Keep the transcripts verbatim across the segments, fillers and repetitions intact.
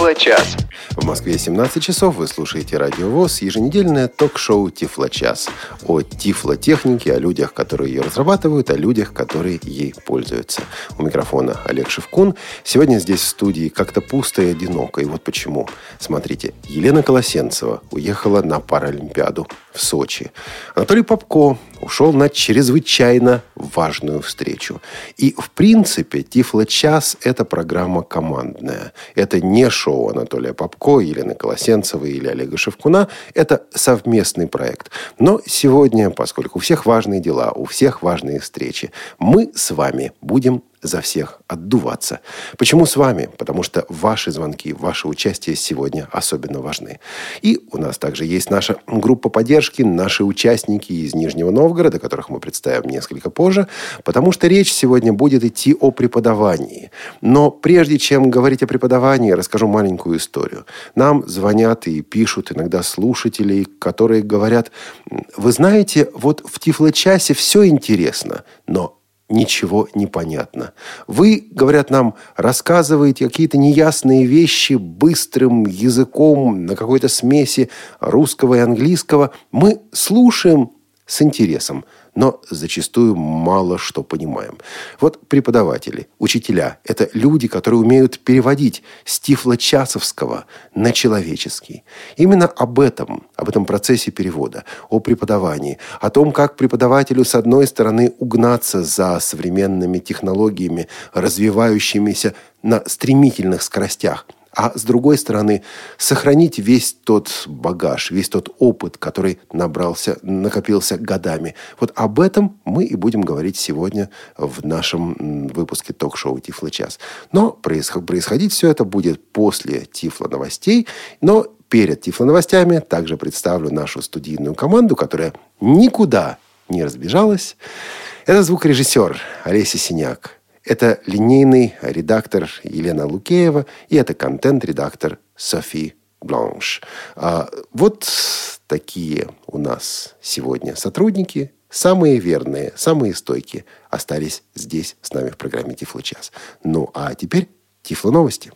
Тифло-час. В Москве семнадцать часов. Вы слушаете Радио ВОС, еженедельное ток-шоу «Тифло-час». О тифлотехнике, о людях, которые ее разрабатывают, о людях, которые ей пользуются. У микрофона Олег Шевкун. Сегодня здесь в студии как-то пусто и одиноко. И вот почему. Смотрите, Елена Колосенцева уехала на Паралимпиаду в Сочи. Анатолий Попко ушел на чрезвычайно важную встречу. И, в принципе, Тифло-час – это программа командная. Это не шоу Анатолия Попко, Елены Колосенцевой или Олега Шевкуна. Это совместный проект. Но сегодня, поскольку у всех важные дела, у всех важные встречи, мы с вами будем за всех отдуваться. Почему с вами? Потому что ваши звонки, ваше участие сегодня особенно важны. И у нас также есть наша группа поддержки, наши участники из Нижнего Новгорода, которых мы представим несколько позже, потому что речь сегодня будет идти о преподавании. Но прежде чем говорить о преподавании, расскажу маленькую историю. Нам звонят и пишут иногда слушатели, которые говорят: вы знаете, вот в Тифло-часе все интересно, но ничего не понятно. Вы, говорят нам, рассказываете какие-то неясные вещи быстрым языком на какой-то смеси русского и английского. Мы слушаем с интересом, но зачастую мало что понимаем. Вот преподаватели, учителя – это люди, которые умеют переводить с тифло-часовского на человеческий. Именно об этом, об этом процессе перевода, о преподавании, о том, как преподавателю, с одной стороны, угнаться за современными технологиями, развивающимися на стремительных скоростях, а с другой стороны, сохранить весь тот багаж, весь тот опыт, который набрался, накопился годами. Вот об этом мы и будем говорить сегодня в нашем выпуске ток-шоу «Тифло-час». Но происходить все это будет после Тифло-новостей. Но перед Тифло-новостями также представлю нашу студийную команду, которая никуда не разбежалась. Это звукорежиссер Олеся Синяк. Это линейный редактор Елена Лукеева, и это контент-редактор Софи Бланш. А вот такие у нас сегодня сотрудники, самые верные, самые стойкие, остались здесь с нами в программе «Тифло-час». Ну, а теперь Тифло-новости.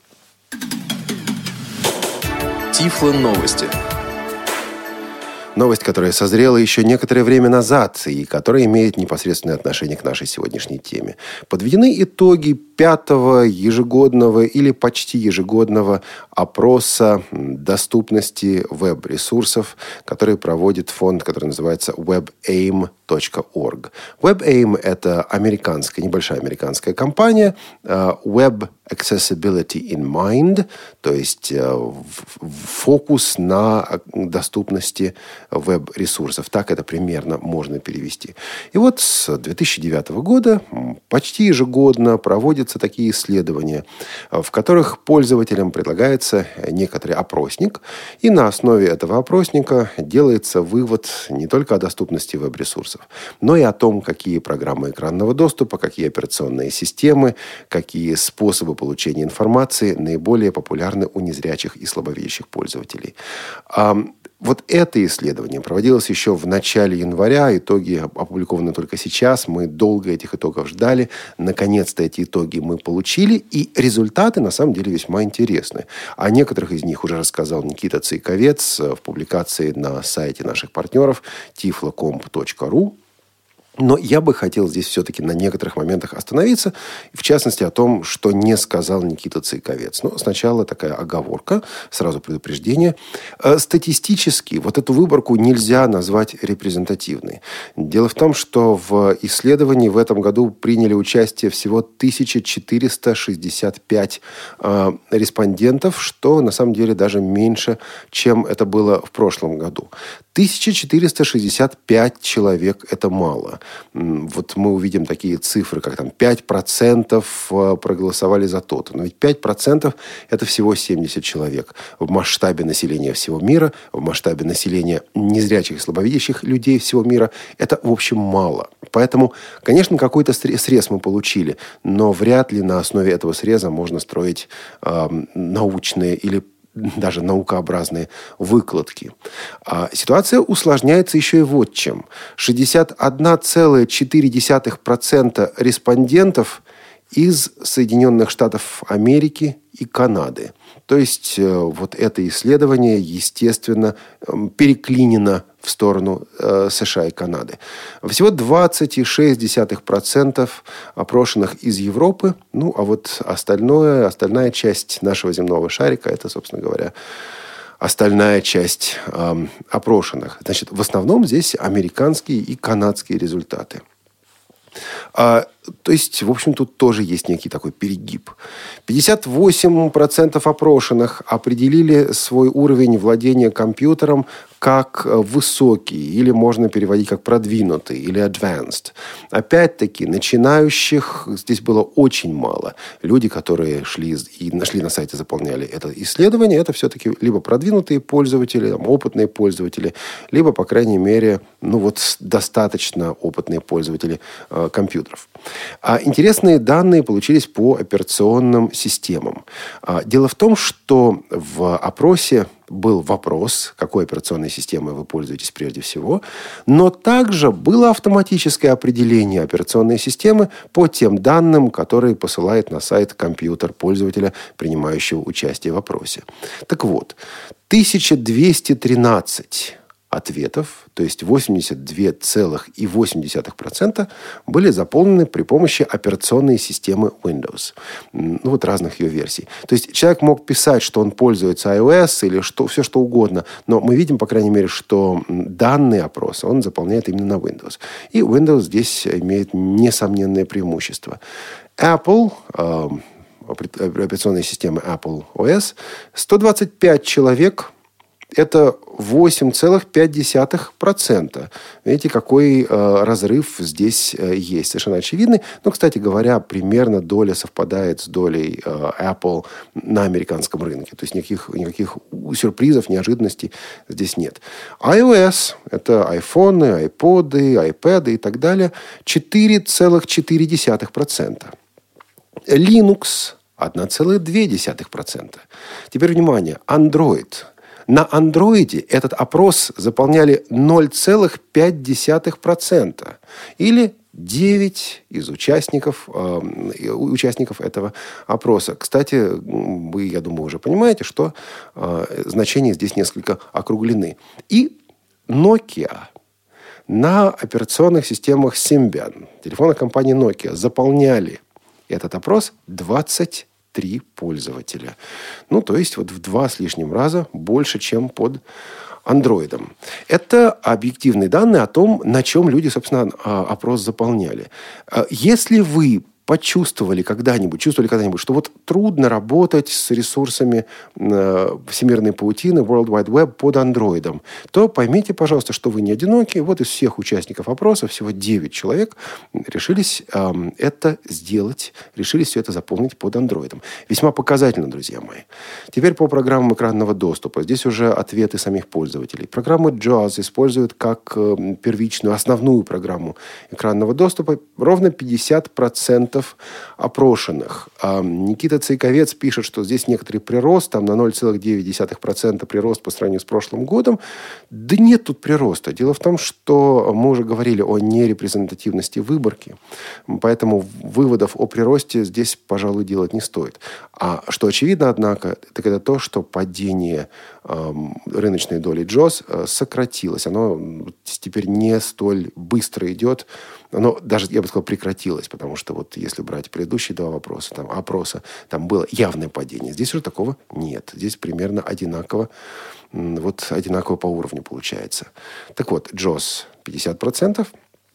Тифло-новости. Новость, которая созрела еще некоторое время назад и которая имеет непосредственное отношение к нашей сегодняшней теме. Подведены итоги пятого ежегодного или почти ежегодного опроса доступности веб-ресурсов, который проводит фонд, который называется веб эйм точка орг. WebAIM – это американская, небольшая американская компания, Web Accessibility in Mind, то есть фокус на доступности веб-ресурсов. Так это примерно можно перевести. И вот с две тысячи девятого года почти ежегодно проводятся такие исследования, в которых пользователям предлагается некоторый опросник, и на основе этого опросника делается вывод не только о доступности веб-ресурсов, но и о том, какие программы экранного доступа, какие операционные системы, какие способы получения информации наиболее популярны у незрячих и слабовидящих пользователей. Вот это исследование проводилось еще в начале января. Итоги опубликованы только сейчас. Мы долго этих итогов ждали. Наконец-то эти итоги мы получили. И результаты, на самом деле, весьма интересны. О некоторых из них уже рассказал Никита Цейковец в публикации на сайте наших партнеров тифло комп точка ру. Но я бы хотел здесь все-таки на некоторых моментах остановиться, в частности, о том, что не сказал Никита Цейковец. Но сначала такая оговорка, сразу предупреждение. Статистически вот эту выборку нельзя назвать репрезентативной. Дело в том, что в исследовании в этом году приняли участие всего тысяча четыреста шестьдесят пять э, респондентов, что на самом деле даже меньше, чем это было в прошлом году. тысяча четыреста шестьдесят пять человек – это мало. Вот мы увидим такие цифры, как там пять процентов проголосовали за то-то. Но ведь пять процентов – это всего семьдесят человек. В масштабе населения всего мира, в масштабе населения незрячих и слабовидящих людей всего мира – это, в общем, мало. Поэтому, конечно, какой-то срез мы получили, но вряд ли на основе этого среза можно строить э, научные или даже наукообразные выкладки. А ситуация усложняется еще и вот чем. шестьдесят одна целая четыре десятых процента респондентов из Соединенных Штатов Америки и Канады. То есть вот это исследование, естественно, переклинено в сторону США и Канады. Всего двадцать целых шесть десятых процента опрошенных из Европы. Ну, а вот остальное, остальная часть нашего земного шарика, это, собственно говоря, остальная часть э, опрошенных. Значит, в основном здесь американские и канадские результаты. А, то есть, в общем, тут тоже есть некий такой перегиб. пятьдесят восемь процентов опрошенных определили свой уровень владения компьютером как высокий, или можно переводить как продвинутый, или advanced. Опять-таки, начинающих здесь было очень мало. Люди, которые шли и нашли на сайте, заполняли это исследование, это все-таки либо продвинутые пользователи, там, опытные пользователи, либо, по крайней мере, ну вот достаточно опытные пользователи э, компьютеров. А интересные данные получились по операционным системам. А, дело в том, что в опросе был вопрос, какой операционной системой вы пользуетесь прежде всего, но также было автоматическое определение операционной системы по тем данным, которые посылает на сайт компьютер пользователя, принимающего участие в опросе. Так вот, тысяча двести тринадцать ответов, то есть восемьдесят два целых восемь десятых процента, были заполнены при помощи операционной системы Windows. Ну, вот разных ее версий. То есть человек мог писать, что он пользуется iOS или что, все что угодно, но мы видим, по крайней мере, что данные опроса он заполняет именно на Windows. И Windows здесь имеет несомненное преимущество. Apple, э, операционная система Apple о эс, сто двадцать пять человек. Это восемь целых пять десятых процента. Видите, какой э, разрыв здесь э, есть. Совершенно очевидный. Но, кстати говоря, примерно доля совпадает с долей э, Apple на американском рынке. То есть никаких, никаких сюрпризов, неожиданностей здесь нет. iOS – это айфоны, айподы, айпэды и так далее. четыре целых четыре десятых процента. Linux – одна целая две десятых процента. Теперь, внимание, Android – на Андроиде этот опрос заполняли ноль целых пять десятых процента. Или девять из участников, э, участников этого опроса. Кстати, вы, я думаю, уже понимаете, что э, значения здесь несколько округлены. И Nokia на операционных системах Symbian, телефонных компаний Nokia, заполняли этот опрос двадцать три пользователя. Ну, то есть, вот в два с лишним раза больше, чем под андроидом. Это объективные данные о том, на чем люди, собственно, опрос заполняли. Если вы почувствовали когда-нибудь, чувствовали когда-нибудь, что вот трудно работать с ресурсами э, всемирной паутины, World Wide Web под андроидом, то поймите, пожалуйста, что вы не одиноки. Вот из всех участников опроса, всего девять человек, решились э, это сделать, решились все это заполнить под андроидом. Весьма показательно, друзья мои. Теперь по программам экранного доступа. Здесь уже ответы самих пользователей. Программу джоуз используют как э, первичную, основную программу экранного доступа. Ровно пятьдесят процентов опрошенных. А Никита Цейковец пишет, что здесь некоторый прирост, там на ноль целых девять десятых процента прирост по сравнению с прошлым годом. Да нет тут прироста. Дело в том, что мы уже говорили о нерепрезентативности выборки, поэтому выводов о приросте здесь, пожалуй, делать не стоит. А что очевидно, однако, так это то, что падение э, рыночной доли джоуз э, сократилось. Оно теперь не столь быстро идет. Оно даже, я бы сказал, прекратилось, потому что вот если брать предыдущие два вопроса, там, опроса, там было явное падение. Здесь уже такого нет. Здесь примерно одинаково, вот одинаково по уровню получается. Так вот, джоуз пятьдесят процентов.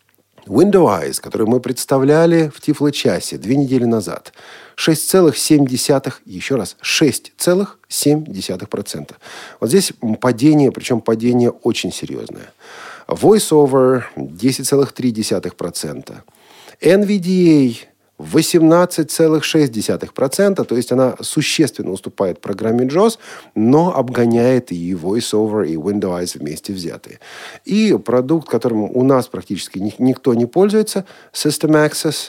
Windows, который мы представляли в Тифло-часе две недели назад, шесть целых семь десятых, еще раз, шесть целых семь десятых процента. Вот здесь падение, причем падение очень серьезное. VoiceOver десять целых три десятых процента. эн ви ди эй восемнадцать целых шесть десятых процента, то есть она существенно уступает программе джоуз, но обгоняет и VoiceOver, и Windows вместе взятые. И продукт, которым у нас практически никто не пользуется, System Access,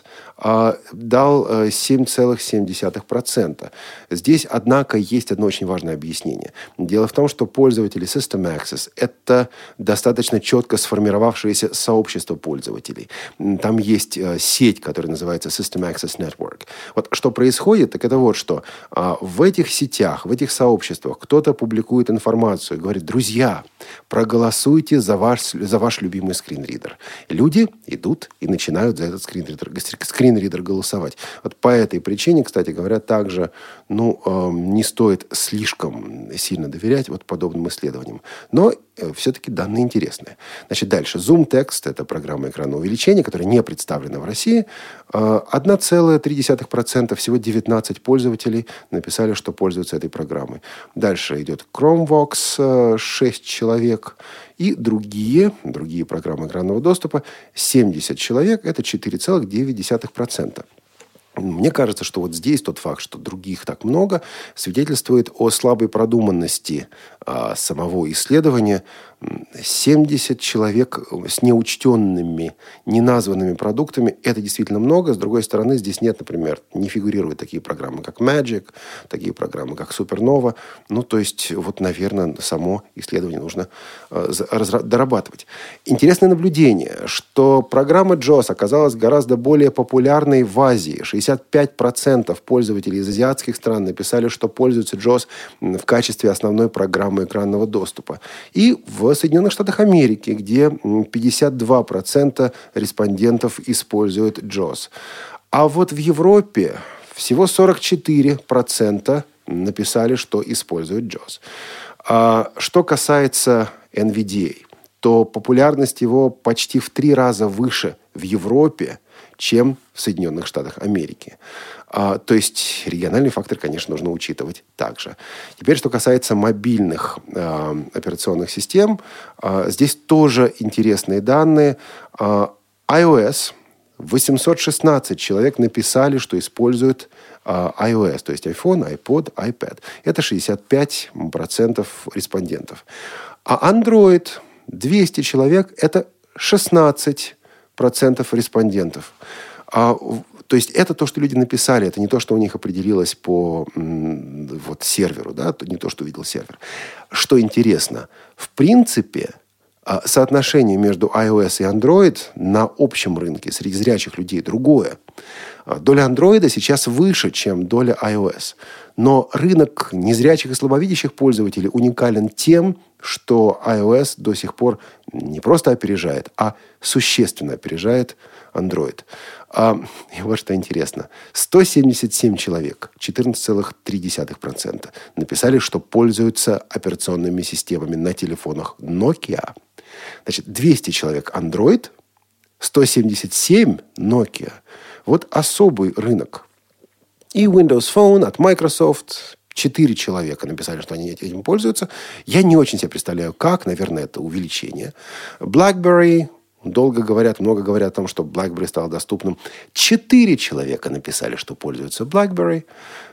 дал семь целых семь десятых процента. Здесь, однако, есть одно очень важное объяснение. Дело в том, что пользователи System Access – это достаточно четко сформировавшееся сообщество пользователей. Там есть сеть, которая называется System Access Network. Вот что происходит, так это вот что. В этих сетях, в этих сообществах кто-то публикует информацию, говорит: друзья, проголосуйте за ваш, за ваш любимый скринридер. Люди идут и начинают за этот скринридер, скринридер голосовать. Вот по этой причине, кстати говоря, также ну, э, не стоит слишком сильно доверять вот подобным исследованиям. Но э, все-таки данные интересные. Значит, дальше. ZoomText – это программа экранного увеличения, которая не представлена в России. Э, одна целая три десятых процента, всего девятнадцать пользователей написали, что пользуются этой программой. Дальше идет ChromeVox, шесть человек. И другие, другие программы экранного доступа, семьдесят человек, это четыре целых девять десятых процента. Мне кажется, что вот здесь тот факт, что других так много, свидетельствует о слабой продуманности а, самого исследования. семьдесят человек с неучтенными, неназванными продуктами – это действительно много. С другой стороны, здесь нет, например, не фигурируют такие программы, как Magic, такие программы, как Supernova. Ну, то есть, вот, наверное, само исследование нужно а, разра- дорабатывать. Интересное наблюдение, что программа джоус оказалась гораздо более популярной в Азии. шестьдесят пять процентов пользователей из азиатских стран написали, что пользуются джоус в качестве основной программы экранного доступа. И в Соединенных Штатах Америки, где пятьдесят два процента респондентов используют джоус. А вот в Европе всего сорок четыре процента написали, что используют джоус. А что касается эн ви ди эй, то популярность его почти в три раза выше в Европе, чем в Соединенных Штатах Америки. А, то есть региональный фактор, конечно, нужно учитывать также. Теперь, что касается мобильных а, операционных систем, а, здесь тоже интересные данные. А, iOS, восемьсот шестнадцать человек написали, что используют а, iOS, то есть iPhone, iPod, iPad. Это шестьдесят пять процентов респондентов. А Android, двести человек, это шестнадцать процентов респондентов. А, то есть это то, что люди написали, это не то, что у них определилось по вот, серверу, да, не то, что увидел сервер. Что интересно, в принципе, соотношение между iOS и Android на общем рынке среди зрячих людей другое. Доля Android сейчас выше, чем доля iOS. Но рынок незрячих и слабовидящих пользователей уникален тем, что iOS до сих пор не просто опережает, а существенно опережает Android. А, и вот что интересно. сто семьдесят семь человек, четырнадцать целых три десятых процента, написали, что пользуются операционными системами на телефонах Nokia. Значит, двести человек Android, сто семьдесят семь Nokia. Вот особый рынок. И Windows Phone от Microsoft. Четыре человека написали, что они этим пользуются. Я не очень себе представляю, как. Наверное, это увеличение. BlackBerry. Долго говорят, много говорят о том, что BlackBerry стал доступным. Четыре человека написали, что пользуются BlackBerry.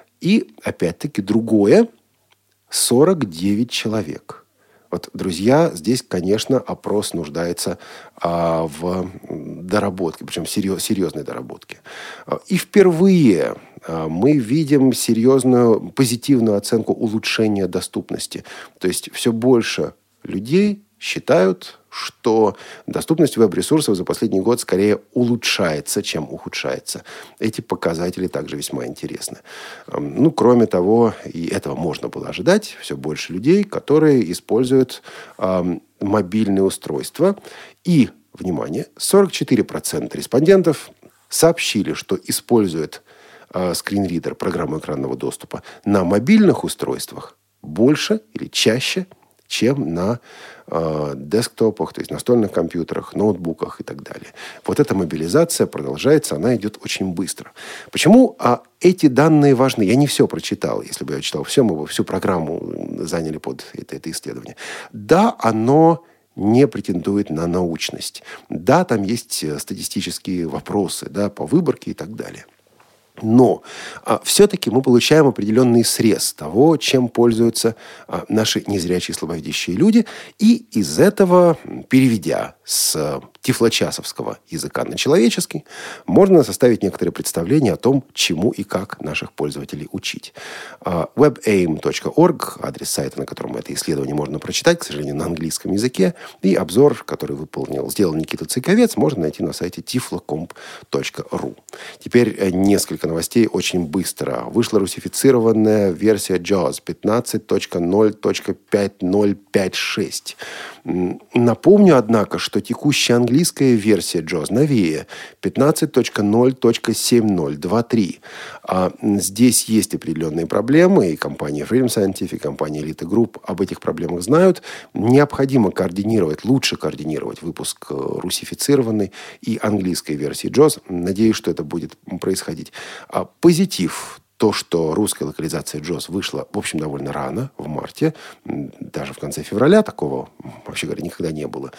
И, опять-таки, другое. сорок девять человек. Вот, друзья, здесь, конечно, опрос нуждается а, в доработке, причем серьез, серьезной доработке. И впервые а, мы видим серьезную позитивную оценку улучшения доступности. То есть все больше людей считают, что доступность веб-ресурсов за последний год скорее улучшается, чем ухудшается. Эти показатели также весьма интересны. Ну, кроме того, и этого можно было ожидать, все больше людей, которые используют э, мобильные устройства. И, внимание, сорок четыре процента респондентов сообщили, что используют э, скринридер, программу экранного доступа, на мобильных устройствах больше или чаще, чем на э, десктопах, то есть настольных компьютерах, ноутбуках и так далее. Вот эта мобилизация продолжается, она идет очень быстро. Почему а, эти данные важны? Я не все прочитал. Если бы я читал все, мы бы всю программу заняли под это, это исследование. Да, оно не претендует на научность. Да, там есть статистические вопросы, да, по выборке и так далее. Но а, все-таки мы получаем определенный срез того, чем пользуются а, наши незрячие слабовидящие люди. И из этого, переведя с а, тифлочасовского языка на человеческий, можно составить некоторое представление о том, чему и как наших пользователей учить. А, веб эйм точка орг, адрес сайта, на котором это исследование можно прочитать, к сожалению, на английском языке, и обзор, который выполнил, сделал Никита Цыковец, можно найти на сайте тифлокомп точка ру. Теперь несколько новостей очень быстро. Вышла русифицированная версия джоуз пятнадцать точка ноль точка пять ноль пять шесть. Напомню, однако, что текущая английская версия джоуз новее пятнадцать точка ноль точка семь ноль два три. А здесь есть определенные проблемы, и компания Freedom Scientific, и компания Elite Group об этих проблемах знают. Необходимо координировать, лучше координировать выпуск русифицированной и английской версии джоуз. Надеюсь, что это будет происходить. А позитив. То, что русская локализация джоуз вышла, в общем, довольно рано, в марте, даже в конце февраля, такого, вообще говоря, никогда не было.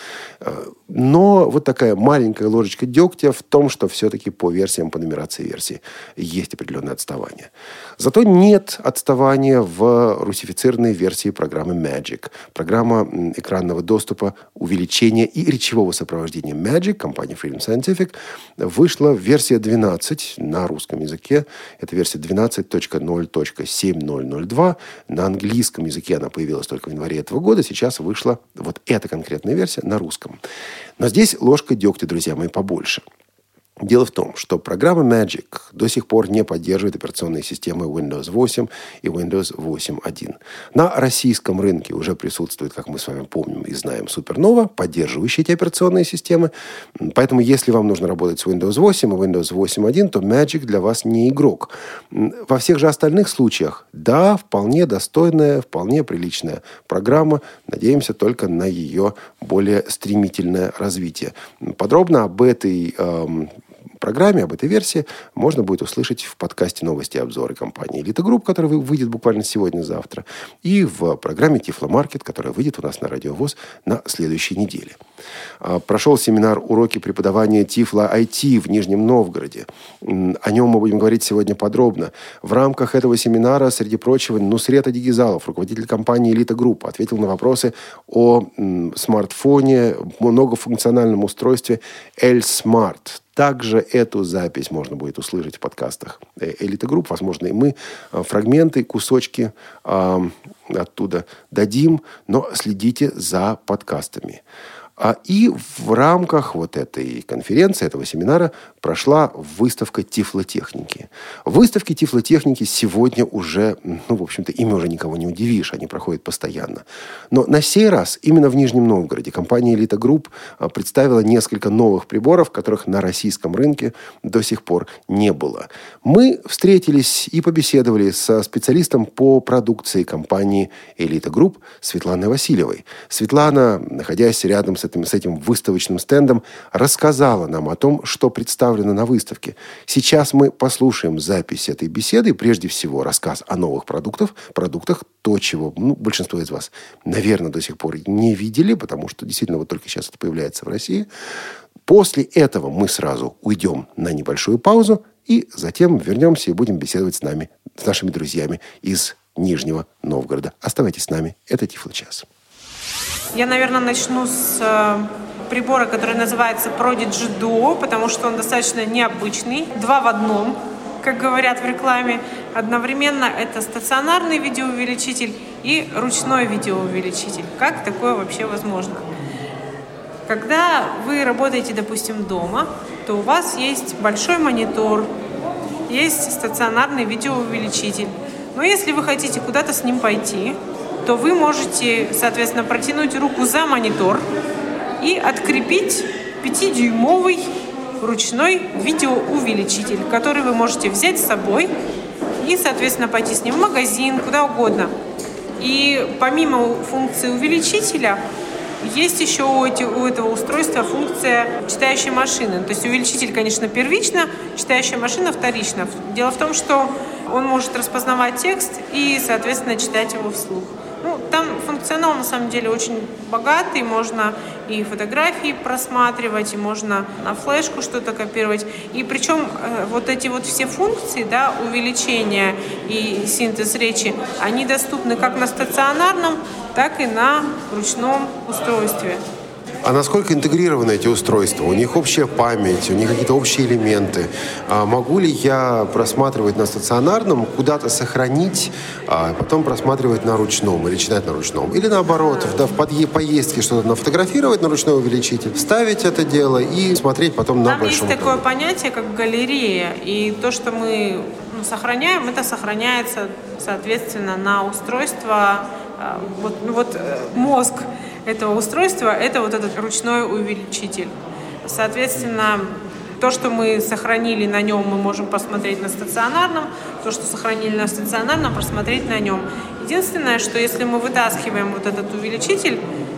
Но вот такая маленькая ложечка дегтя в том, что все-таки по версиям, по нумерации версий есть определенное отставание. Зато нет отставания в русифицированной версии программы Magic. Программа экранного доступа, увеличения и речевого сопровождения Magic, компании Freedom Scientific, вышла версия двенадцать на русском языке. Это версия двенадцать точка ноль точка семь ноль ноль два. На английском языке она появилась только в январе этого года. Сейчас вышла вот эта конкретная версия на русском. Но здесь ложка дегтя, друзья мои, побольше. Дело в том, что программа Magic до сих пор не поддерживает операционные системы Windows восемь и Windows восемь точка один. На российском рынке уже присутствует, как мы с вами помним и знаем, Supernova, поддерживающие эти операционные системы. Поэтому, если вам нужно работать с Windows восемь и Windows восемь точка один, то Magic для вас не игрок. Во всех же остальных случаях, да, вполне достойная, вполне приличная программа. Надеемся только на ее более стремительное развитие. Подробно об этой эм, программе, об этой версии можно будет услышать в подкасте «Новости и обзоры» компании Elite Group, который выйдет буквально сегодня-завтра, и в программе Тифломаркет, которая выйдет у нас на Радио ВОС на следующей неделе. Прошел семинар «Уроки преподавания Тифло ай ти» в Нижнем Новгороде. О нем мы будем говорить сегодня подробно. В рамках этого семинара, среди прочего, Нусрет Адигизалов, руководитель компании Elite Group, ответил на вопросы о м, смартфоне, многофункциональном устройстве L-Smart. Также эту запись можно будет услышать в подкастах Elite Group. Возможно, и мы фрагменты, кусочки э, оттуда дадим, но следите за подкастами. И в рамках вот этой конференции, этого семинара прошла выставка тифлотехники. Выставки тифлотехники сегодня уже, ну, в общем-то, ими уже никого не удивишь, они проходят постоянно. Но на сей раз именно в Нижнем Новгороде компания Elite Group представила несколько новых приборов, которых на российском рынке до сих пор не было. Мы встретились и побеседовали со специалистом по продукции компании Elite Group Светланой Васильевой. Светлана, находясь рядом с с этим выставочным стендом, рассказала нам о том, что представлено на выставке. Сейчас мы послушаем запись этой беседы. Прежде всего, рассказ о новых продуктах, продуктах то, чего ну, большинство из вас, наверное, до сих пор не видели, потому что действительно вот только сейчас это появляется в России. После этого мы сразу уйдем на небольшую паузу и затем вернемся и будем беседовать с нами, с нашими друзьями из Нижнего Новгорода. Оставайтесь с нами. Это Тифлочас. Я, наверное, начну с э, прибора, который называется Prodigy Duo, потому что он достаточно необычный. Два в одном, как говорят в рекламе. Одновременно это стационарный видеоувеличитель и ручной видеоувеличитель. Как такое вообще возможно? Когда вы работаете, допустим, дома, то у вас есть большой монитор, есть стационарный видеоувеличитель. Но если вы хотите куда-то с ним пойти, то вы можете, соответственно, протянуть руку за монитор и открепить пятидюймовый ручной видеоувеличитель, который вы можете взять с собой и, соответственно, пойти с ним в магазин, куда угодно. И помимо функции увеличителя, есть еще у этого устройства функция читающей машины. То есть увеличитель, конечно, первично, читающая машина вторично. Дело в том, что он может распознавать текст и, соответственно, читать его вслух. Ну, там функционал на самом деле очень богатый, можно и фотографии просматривать, и можно на флешку что-то копировать. И причем вот эти вот все функции, да, увеличение и синтез речи, они доступны как на стационарном, так и на ручном устройстве. А насколько интегрированы эти устройства? У них общая память, у них какие-то общие элементы. А могу ли я просматривать на стационарном, куда-то сохранить, а потом просматривать на ручном или читать на ручном? Или наоборот, да, в подъe- поездке что-то нафотографировать на ручной увеличитель, вставить это дело и смотреть потом на Там большом есть такое экране? понятие, как галерея. И то, что мы ну, сохраняем, это сохраняется, соответственно, на устройство. Вот, ну, вот мозг этого устройства – это вот этот ручной увеличитель. Соответственно, то, что мы сохранили на нем, мы можем посмотреть на стационарном, то, что сохранили на стационарном, просмотреть на нем. Единственное, что если мы вытаскиваем вот этот увеличитель,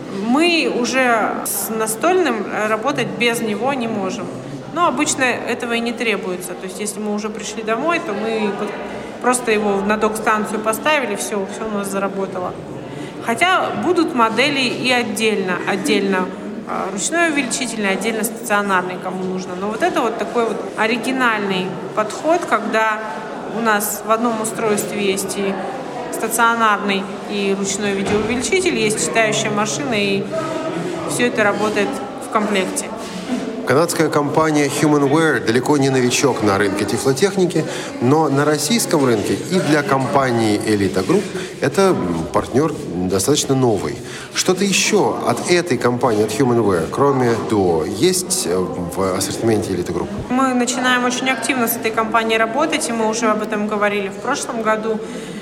мы уже с настольным работать без него не можем. Но обычно этого и не требуется. То есть, если мы уже пришли домой, то мы просто его на док-станцию поставили, все, все у нас заработало. Хотя будут модели и отдельно, отдельно ручной увеличительный, отдельно стационарный, кому нужно. Но вот это вот такой вот оригинальный подход, когда у нас в одном устройстве есть и стационарный, и ручной видеоувеличитель, есть читающая машина, и все это работает в комплекте. Канадская компания HumanWare далеко не новичок на рынке тифлотехники, но на российском рынке и для компании Elita Group это партнер достаточно новый. Что-то еще от этой компании, от HumanWare, кроме Duo, есть в ассортименте Elita Group? Мы начинаем очень активно с этой компанией работать, и мы уже об этом говорили в прошлом году.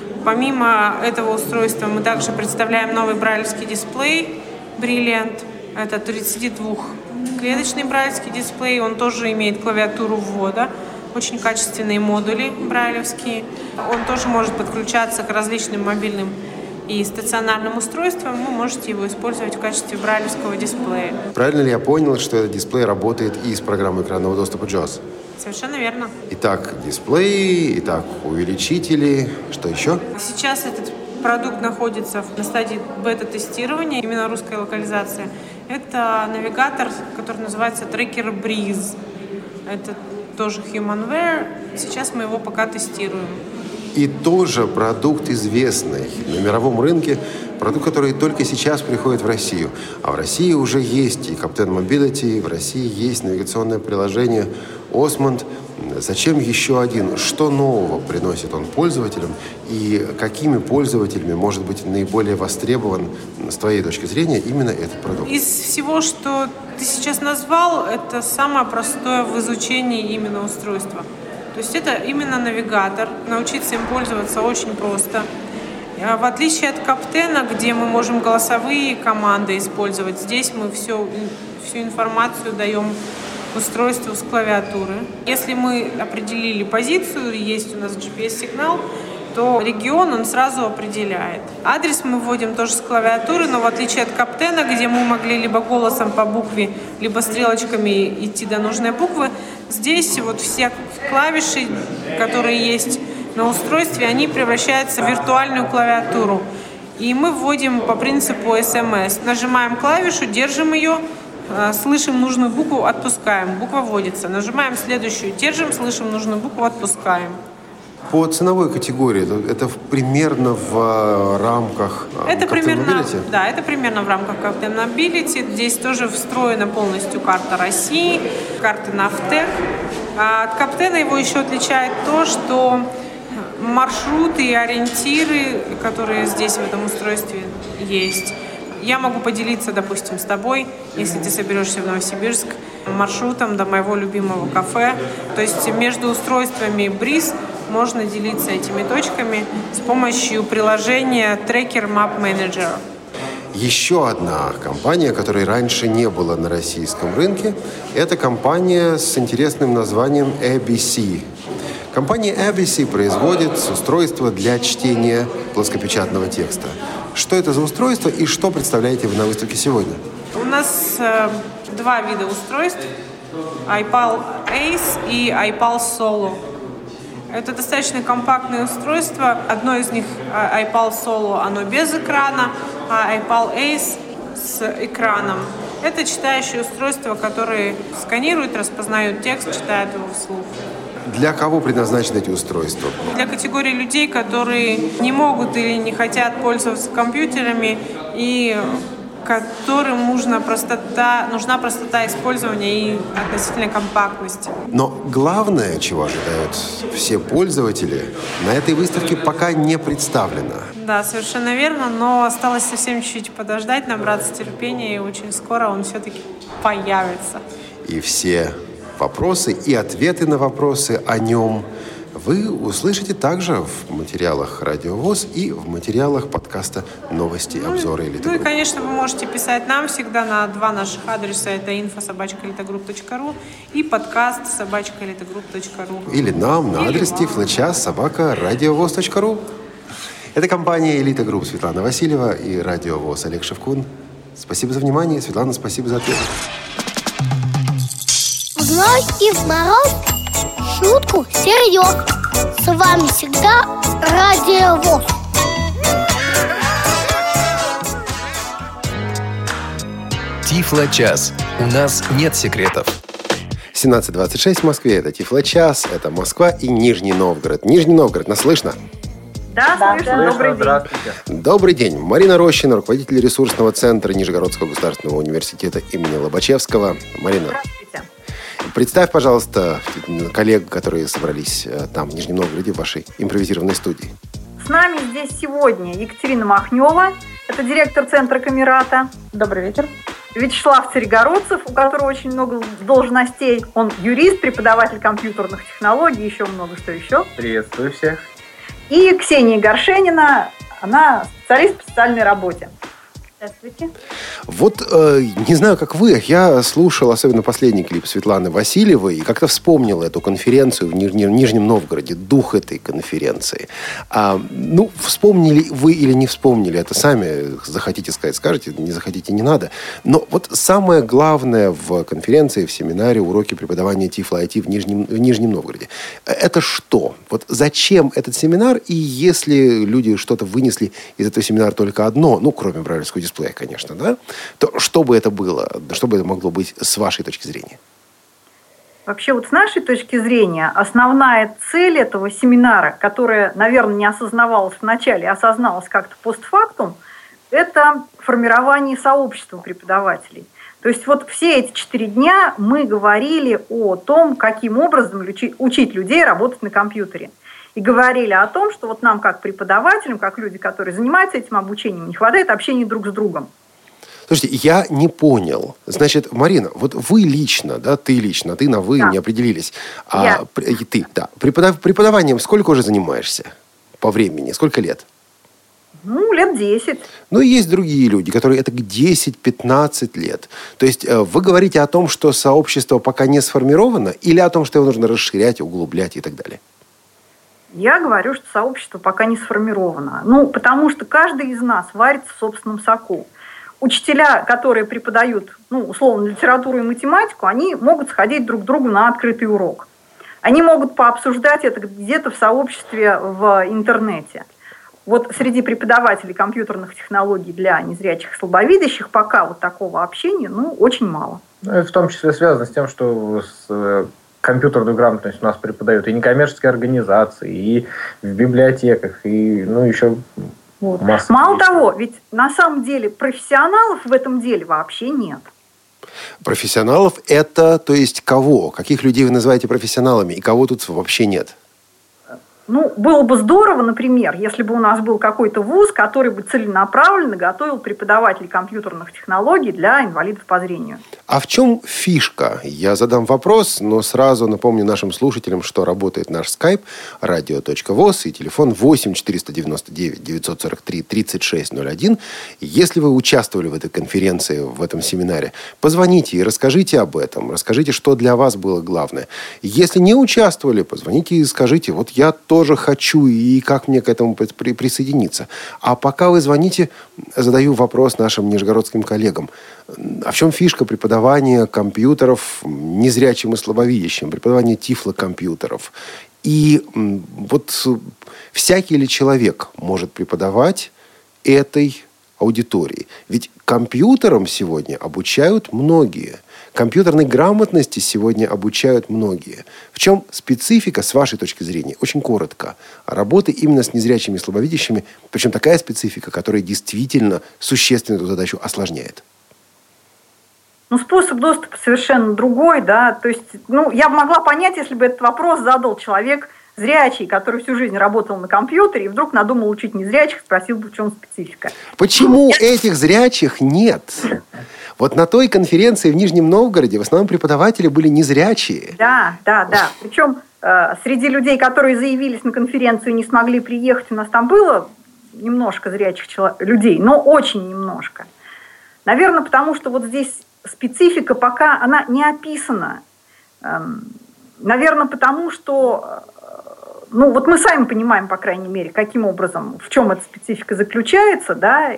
Помимо этого устройства мы также представляем новый брайлевский дисплей Brilliant. Это тридцатидвухклеточный брайлевский дисплей, он тоже имеет клавиатуру ввода, очень качественные модули брайлевские. Он тоже может подключаться к различным мобильным и стационарным устройствам. Вы можете его использовать в качестве брайлевского дисплея. Правильно ли я понял, что этот дисплей работает и с программой экранного доступа джоус? Совершенно верно. Итак, дисплей, итак, увеличители, что еще? Сейчас этот продукт находится на стадии бета-тестирования, именно русская локализация. Это навигатор, который называется Tracker Breeze. Это тоже HumanWare. Сейчас мы его пока тестируем. И тоже продукт известный на мировом рынке, продукт, который только сейчас приходит в Россию. А в России уже есть и Captain Mobility, в России есть навигационное приложение Osmond. Зачем еще один? Что нового приносит он пользователям? И какими пользователями может быть наиболее востребован, с твоей точки зрения, именно этот продукт? Из всего, что ты сейчас назвал, это самое простое в изучении именно устройства. То есть это именно навигатор. Научиться им пользоваться очень просто. В отличие от Каптена, где мы можем голосовые команды использовать, здесь мы все, всю информацию даем устройству с клавиатуры. Если мы определили позицию, есть у нас джи пи эс-сигнал, то регион он сразу определяет. Адрес мы вводим тоже с клавиатуры, но в отличие от Каптена, где мы могли либо голосом по букве, либо стрелочками идти до нужной буквы, здесь вот все клавиши, которые есть на устройстве, они превращаются в виртуальную клавиатуру. И мы вводим по принципу эс эм эс. Нажимаем клавишу, держим ее, слышим нужную букву, отпускаем. Буква вводится. Нажимаем следующую, держим, слышим нужную букву, отпускаем. По ценовой категории, это примерно в рамках это Captain примерно, Mobility? Да, это примерно в рамках Captain Mobility. Здесь тоже встроена полностью карта России, карта Нафтех. А от Каптена его еще отличает то, что маршруты и ориентиры, которые здесь в этом устройстве есть, я могу поделиться, допустим, с тобой, если ты соберешься в Новосибирск, маршрутом до моего любимого кафе. То есть между устройствами Breeze можно делиться этими точками с помощью приложения Tracker Map Manager. Еще одна компания, которой раньше не было на российском рынке, это компания с интересным названием эй би си. Компания эй би си производит устройство для чтения плоскопечатного текста. Что это за устройство и что представляете вы на выставке сегодня? У нас э, два вида устройств. iPal Ace и iPal Solo. Это достаточно компактные устройства. Одно из них, iPal Solo, оно без экрана, iPal Ace с экраном. Это читающее устройство, которое сканирует, распознает текст, читает его вслух. Для кого предназначены эти устройства? Для категории людей, которые не могут или не хотят пользоваться компьютерами и которым нужна простота, нужна простота использования и относительная компактность. Но главное, чего ожидают все пользователи, на этой выставке пока не представлено. Да, совершенно верно, но осталось совсем чуть-чуть подождать, набраться терпения, и очень скоро он все-таки появится. И все вопросы и ответы на вопросы о нем вы услышите также в материалах Радио ВОС и в материалах подкаста «Новости, обзоры Элиты Групп». Ну и, конечно, вы можете писать нам всегда на два наших адреса. Это инфо собака элитагрупп точка ру и подкаст собака элитагрупп точка ру. Или нам на Или адрес тифлочас собака радиовоз точка ру. Это компания «Элита Групп» Светлана Васильева и Радио ВОС Олег Шевкун. Спасибо за внимание. Светлана, спасибо за ответ. В зной и в мороз шутку серьез. С вами всегда Радио ВОС. Тифлочас. У нас нет секретов. семнадцать двадцать шесть в Москве. Это Тифлочас, это Москва и Нижний Новгород. Нижний Новгород, нас слышно? Да, да, слышно. Да. Добрый день. Добрый день. Марина Рощина, руководитель ресурсного центра Нижегородского государственного университета имени Лобачевского. Марина, здравствуйте. Представь, пожалуйста, коллег, которые собрались там, в Нижнем Новгороде, в вашей импровизированной студии. С нами здесь сегодня Екатерина Махнева, это директор центра Камерата. Добрый вечер. Вячеслав Царегородцев, у которого очень много должностей. Он юрист, преподаватель компьютерных технологий, еще много что еще. Приветствую всех. И Ксения Горшенина, она специалист по социальной работе. Здравствуйте. Вот, э, не знаю, как вы, я слушал особенно последний клип Светланы Васильевой и как-то вспомнил эту конференцию в Нижнем, Нижнем Новгороде, дух этой конференции. А, ну, вспомнили вы или не вспомнили, это сами захотите сказать, скажете, не захотите, не надо. Но вот самое главное в конференции, в семинаре, уроки преподавания Тифло-ай ти в Нижнем, в Нижнем Новгороде, это что? Вот зачем этот семинар? И если люди что-то вынесли из этого семинара только одно, ну, кроме брайлевского дисплея, конечно, да, то что бы это было, что бы это могло быть с вашей точки зрения? Вообще вот с нашей точки зрения основная цель этого семинара, которая, наверное, не осознавалась вначале, а осозналась как-то постфактум, это формирование сообщества преподавателей. То есть вот все эти четыре дня мы говорили о том, каким образом учить людей работать на компьютере. И говорили о том, что вот нам, как преподавателям, как люди, которые занимаются этим обучением, не хватает общения друг с другом. Слушайте, я не понял. Значит, Марина, вот вы лично, да, ты лично, ты на вы да. не определились. А я. Ты, да. Преподав, преподаванием сколько уже занимаешься по времени? Сколько лет? Ну, лет десять. Ну, и есть другие люди, которые это десять-пятнадцать лет. То есть вы говорите о том, что сообщество пока не сформировано, или о том, что его нужно расширять, углублять и так далее? Я говорю, что сообщество пока не сформировано. Ну, потому что каждый из нас варится в собственном соку. Учителя, которые преподают, ну, условно, литературу и математику, они могут сходить друг к другу на открытый урок. Они могут пообсуждать это где-то в сообществе в интернете. Вот среди преподавателей компьютерных технологий для незрячих и слабовидящих пока вот такого общения, ну, очень мало. Ну, это в том числе связано с тем, что с компьютерную грамотность у нас преподают и некоммерческие организации, и в библиотеках, и, ну, еще вот. масса Мало вещей. Того, ведь на самом деле профессионалов в этом деле вообще нет. Профессионалов это, то есть кого? Каких людей вы называете профессионалами, и кого тут вообще нет? Ну, было бы здорово, например, если бы у нас был какой-то вуз, который бы целенаправленно готовил преподавателей компьютерных технологий для инвалидов по зрению. А в чем фишка? Я задам вопрос, но сразу напомню нашим слушателям, что работает наш скайп радио точка воз и телефон восемь четыреста девяносто девять девятьсот сорок три тридцать шесть ноль один. Если вы участвовали в этой конференции, в этом семинаре, позвоните и расскажите об этом. Расскажите, что для вас было главное. Если не участвовали, позвоните и скажите, вот я тоже хочу, и как мне к этому при- присоединиться. А пока вы звоните, задаю вопрос нашим нижегородским коллегам. А в чем фишка преподавания компьютеров незрячим и слабовидящим, преподавания тифлокомпьютеров? И вот всякий ли человек может преподавать этой аудитории. Ведь компьютерам сегодня обучают многие. Компьютерной грамотности сегодня обучают многие. В чем специфика, с вашей точки зрения, очень коротко, работы именно с незрячими и слабовидящими, причем такая специфика, которая действительно существенно эту задачу осложняет? Ну, способ доступа совершенно другой, да, то есть, ну, я бы могла понять, если бы этот вопрос задал человек зрячий, который всю жизнь работал на компьютере и вдруг надумал учить незрячих, спросил бы, в чем специфика. Почему этих зрячих нет? Вот на той конференции в Нижнем Новгороде в основном преподаватели были незрячие. Да, да, да. Причем э, среди людей, которые заявились на конференцию и не смогли приехать, у нас там было немножко зрячих чело- людей, но очень немножко. Наверное, потому что вот здесь специфика пока она не описана. Эм, наверное, потому что, э, ну вот мы сами понимаем, по крайней мере, каким образом, в чем эта специфика заключается, да,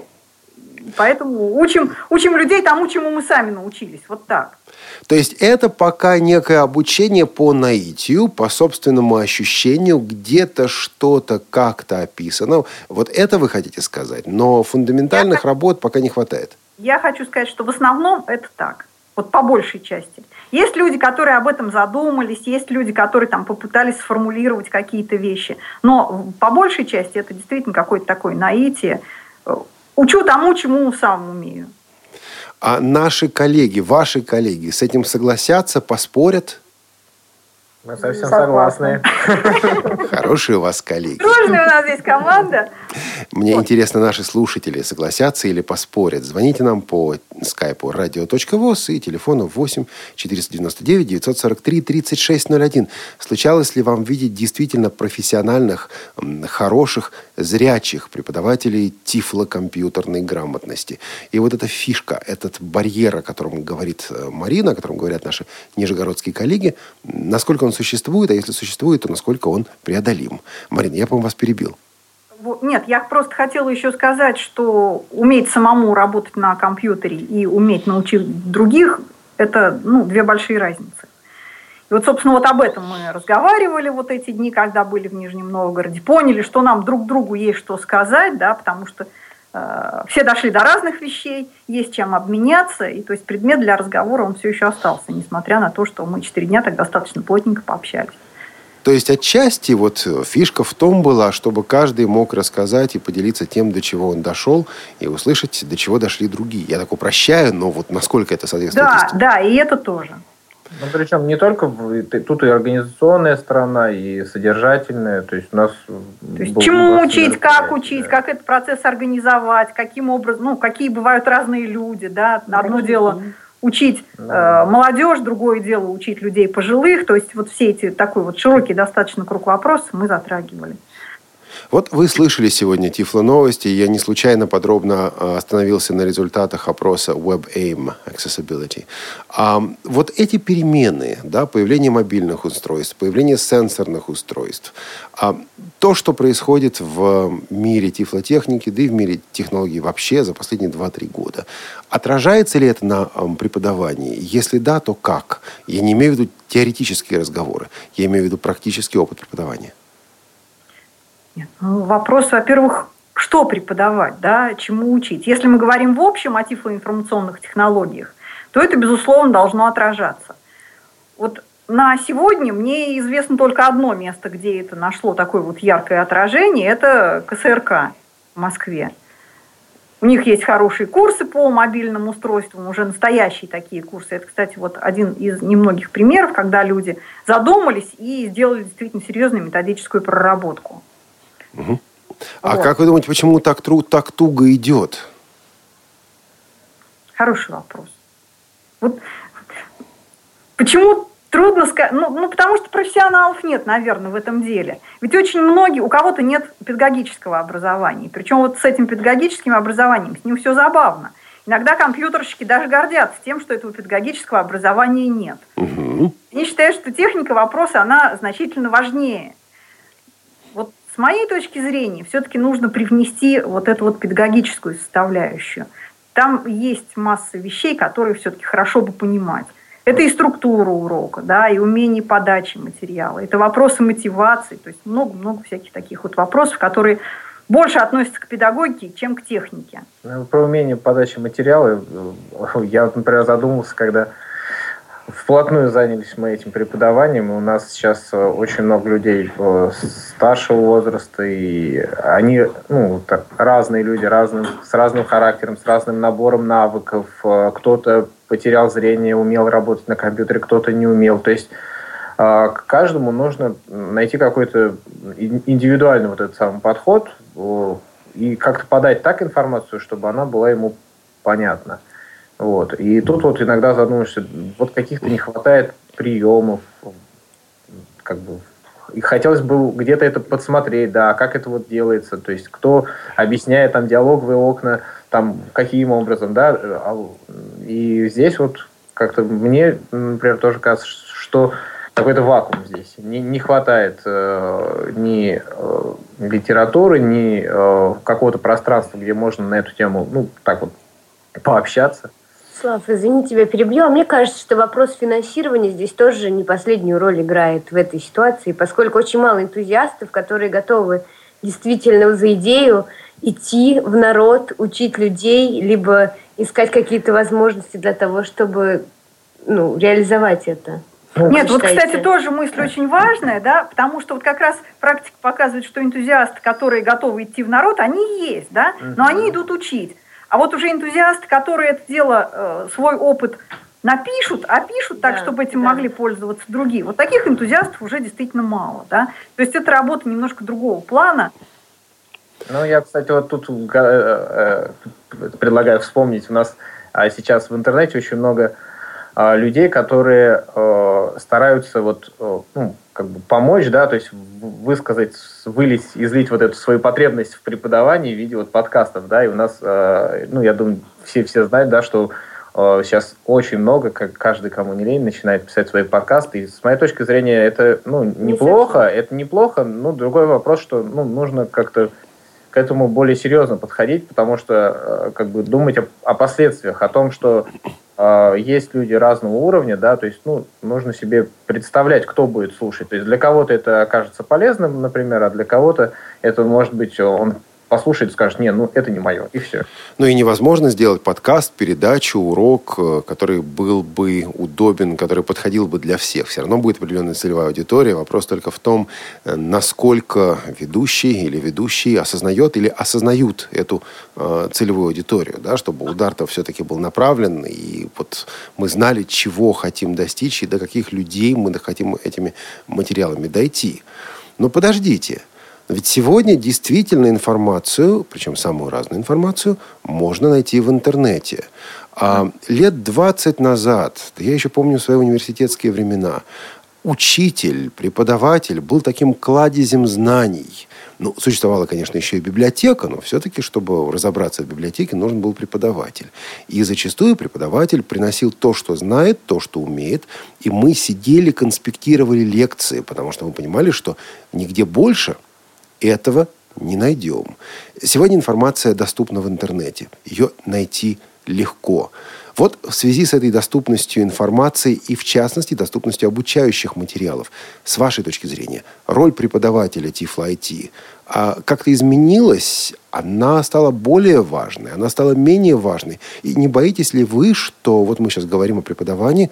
поэтому учим, учим людей тому, чему мы сами научились. Вот так. То есть это пока некое обучение по наитию, по собственному ощущению, где-то что-то как-то описано. Вот это вы хотите сказать. Но фундаментальных Я работ пока не хватает. Я хочу сказать, что в основном это так. Вот по большей части. Есть люди, которые об этом задумались, есть люди, которые там попытались сформулировать какие-то вещи. Но по большей части это действительно какое-то такое наитие. Учу тому, чему сам умею. А наши коллеги, ваши коллеги с этим согласятся, поспорят? Мы совсем согласны. Хорошие у вас коллеги. Дружная у нас здесь команда. Мне вот. Интересно, наши слушатели согласятся или поспорят. Звоните нам по скайпу радио точка воз и телефону восемь четыреста девяносто девять девятьсот сорок три тридцать шесть ноль один. Случалось ли вам видеть действительно профессиональных, хороших, зрячих преподавателей тифлокомпьютерной грамотности? И вот эта фишка, этот барьер, о котором говорит Марина, о котором говорят наши нижегородские коллеги, насколько он существует, а если существует, то насколько он преодолим? Марина, я, по-моему, вас перебил. Нет, я просто хотела еще сказать, что уметь самому работать на компьютере и уметь научить других – это ну, две большие разницы. И вот, собственно, вот об этом мы разговаривали вот эти дни, когда были в Нижнем Новгороде, поняли, что нам друг другу есть что сказать, да, потому что э, все дошли до разных вещей, есть чем обменяться, и то есть предмет для разговора он все еще остался, несмотря на то, что мы четыре дня так достаточно плотненько пообщались. То есть отчасти вот фишка в том была, чтобы каждый мог рассказать и поделиться тем, до чего он дошел, и услышать, до чего дошли другие. Я так упрощаю, но вот насколько это соответствует Да, истине. да, и это тоже. Ну, причем не только тут и организационная сторона, и содержательная. То есть у нас... То есть чему учить, как учить, да. Как этот процесс организовать, каким образом, ну, какие бывают разные люди, да. Одно дело учить э, молодежь, другое дело учить людей пожилых. То есть вот все эти такой вот широкий достаточно круг вопросов мы затрагивали. Вот вы слышали сегодня Тифло-новости, и я не случайно подробно остановился на результатах опроса WebAIM Accessibility. А вот эти перемены, да, появление мобильных устройств, появление сенсорных устройств, а то, что происходит в мире тифлотехники, да и в мире технологий вообще за последние два-три года, отражается ли это на преподавании? Если да, то как? Я не имею в виду теоретические разговоры, я имею в виду практический опыт преподавания. Нет, ну, вопрос, во-первых, что преподавать, да, чему учить. Если мы говорим в общем о тифлоинформационных технологиях, то это, безусловно, должно отражаться. Вот на сегодня мне известно только одно место, где это нашло такое вот яркое отражение, это ка эс эр ка в Москве. У них есть хорошие курсы по мобильным устройствам, уже настоящие такие курсы. Это, кстати, вот один из немногих примеров, когда люди задумались и сделали действительно серьезную методическую проработку. Угу. А вот. Как вы думаете, почему так, тру, так туго идет? Хороший вопрос. Вот почему трудно сказать? Ну, ну, потому что профессионалов нет, наверное, в этом деле. Ведь очень многие, у кого-то нет педагогического образования. Причем вот с этим педагогическим образованием, с ним все забавно. Иногда компьютерщики даже гордятся тем, что этого педагогического образования нет. Угу. Они считают, что техника вопроса, она значительно важнее. Вот с моей точки зрения, все-таки нужно привнести вот эту вот педагогическую составляющую. Там есть масса вещей, которые все-таки хорошо бы понимать. Это и структура урока, да, и умение подачи материала. Это вопросы мотивации. То есть много-много всяких таких вот вопросов, которые больше относится к педагогике, чем к технике. Ну, про умение подачи материала я, вот, например, задумался, когда вплотную занялись мы этим преподаванием. У нас сейчас очень много людей старшего возраста, и они ну, разные люди, разным, с разным характером, с разным набором навыков. Кто-то потерял зрение, умел работать на компьютере, кто-то не умел. То есть к каждому нужно найти какой-то индивидуальный вот этот самый подход и как-то подать так информацию, чтобы она была ему понятна. Вот. И тут вот иногда задумаешься, вот каких-то не хватает приемов, как бы, и хотелось бы где-то это подсмотреть, да, как это вот делается, то есть кто объясняет там диалоговые окна, там каким образом, да, и здесь вот как-то мне, например, тоже кажется, что какой-то вакуум здесь, не, не хватает э, ни э, литературы, ни э, какого-то пространства, где можно на эту тему, ну, так вот, пообщаться. Слав, извини, тебя перебью. А мне кажется, что вопрос финансирования здесь тоже не последнюю роль играет в этой ситуации, поскольку очень мало энтузиастов, которые готовы действительно за идею идти в народ, учить людей, либо искать какие-то возможности для того, чтобы ну, реализовать это. Нет, вот, кстати, тоже мысль очень важная, да, потому что вот как раз практика показывает, что энтузиасты, которые готовы идти в народ, они есть, да, но они идут учить. А вот уже энтузиасты, которые это дело, э, свой опыт напишут, опишут так, да, чтобы этим да. могли пользоваться другие. Вот таких энтузиастов уже действительно мало, да. То есть это работа немножко другого плана. Ну, я, кстати, вот тут э, э, предлагаю вспомнить. У нас э, сейчас в интернете очень много э, людей, которые э, стараются вот, э, ну, как бы помочь, да, то есть высказать, вылить, излить вот эту свою потребность в преподавании в виде вот подкастов, да, и у нас, э, ну, я думаю, все, все знают, да, что э, сейчас очень много, как каждый, кому не лень, начинает писать свои подкасты, и с моей точки зрения это, ну, неплохо, не это неплохо, но другой вопрос, что, ну, нужно как-то к этому более серьезно подходить, потому что, э, как бы, думать о, о последствиях, о том, что есть люди разного уровня, да, то есть, ну, нужно себе представлять, кто будет слушать. То есть для кого-то это окажется полезным, например, а для кого-то это, может быть, он послушает и скажет, не, ну, это не мое, и все. Ну, и невозможно сделать подкаст, передачу, урок, который был бы удобен, который подходил бы для всех. Все равно будет определенная целевая аудитория. Вопрос только в том, насколько ведущий или ведущий осознает или осознают эту э, целевую аудиторию, да, чтобы удар-то все-таки был направлен, и вот мы знали, чего хотим достичь, и до каких людей мы хотим этими материалами дойти. Но подождите. Ведь сегодня действительно информацию, причем самую разную информацию, можно найти в интернете. А лет двадцать назад, я еще помню свои университетские времена, учитель, преподаватель был таким кладезем знаний. Ну, существовала, конечно, еще и библиотека, но все-таки, чтобы разобраться в библиотеке, нужен был преподаватель. И зачастую преподаватель приносил то, что знает, то, что умеет. И мы сидели, конспектировали лекции, потому что мы понимали, что нигде больше этого не найдем. Сегодня информация доступна в интернете. Ее найти легко. Вот в связи с этой доступностью информации и, в частности, доступностью обучающих материалов, с вашей точки зрения, роль преподавателя Тифло ай ти а как-то изменилась? Она стала более важной? Она стала менее важной? И не боитесь ли вы, что вот мы сейчас говорим о преподавании,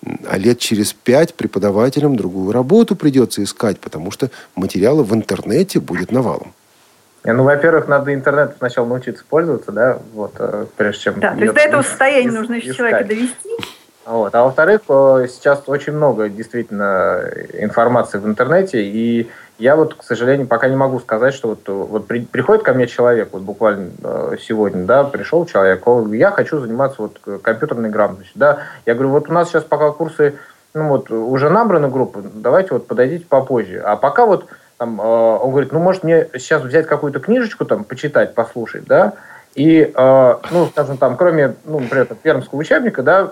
а лет через пять преподавателям другую работу придется искать, потому что материала в интернете будет навалом? Ну, во-первых, надо интернетом сначала научиться пользоваться, да, вот, прежде чем... Да, то есть до этого состояния нужно еще человека довести. Вот. А во-вторых, сейчас очень много действительно информации в интернете, и я вот, к сожалению, пока не могу сказать, что вот, вот при, приходит ко мне человек, вот буквально сегодня, да, пришел человек, он, я хочу заниматься вот компьютерной грамотностью, да, я говорю, вот у нас сейчас пока курсы, ну вот, уже набраны группы, давайте вот подойдите попозже, а пока вот там, он говорит, ну, может, мне сейчас взять какую-то книжечку, там, почитать, послушать, да, и, ну, скажем, там, кроме, ну, например, пермского учебника, да,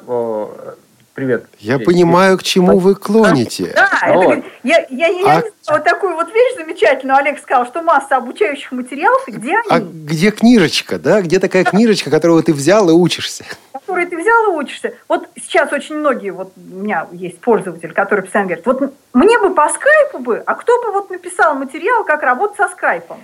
привет. Я понимаю, к чему вы клоните. Да, вот. это, я, я, я а... вот такую вот вещь замечательную Олег сказал, что масса обучающих материалов, и где они? А где книжечка, да? Где такая книжечка, которую ты взял и учишься? Которую ты взял и учишься. Вот сейчас очень многие, вот у меня есть пользователь, который постоянно говорит, вот мне бы по скайпу бы, а кто бы вот написал материал, как работать со скайпом?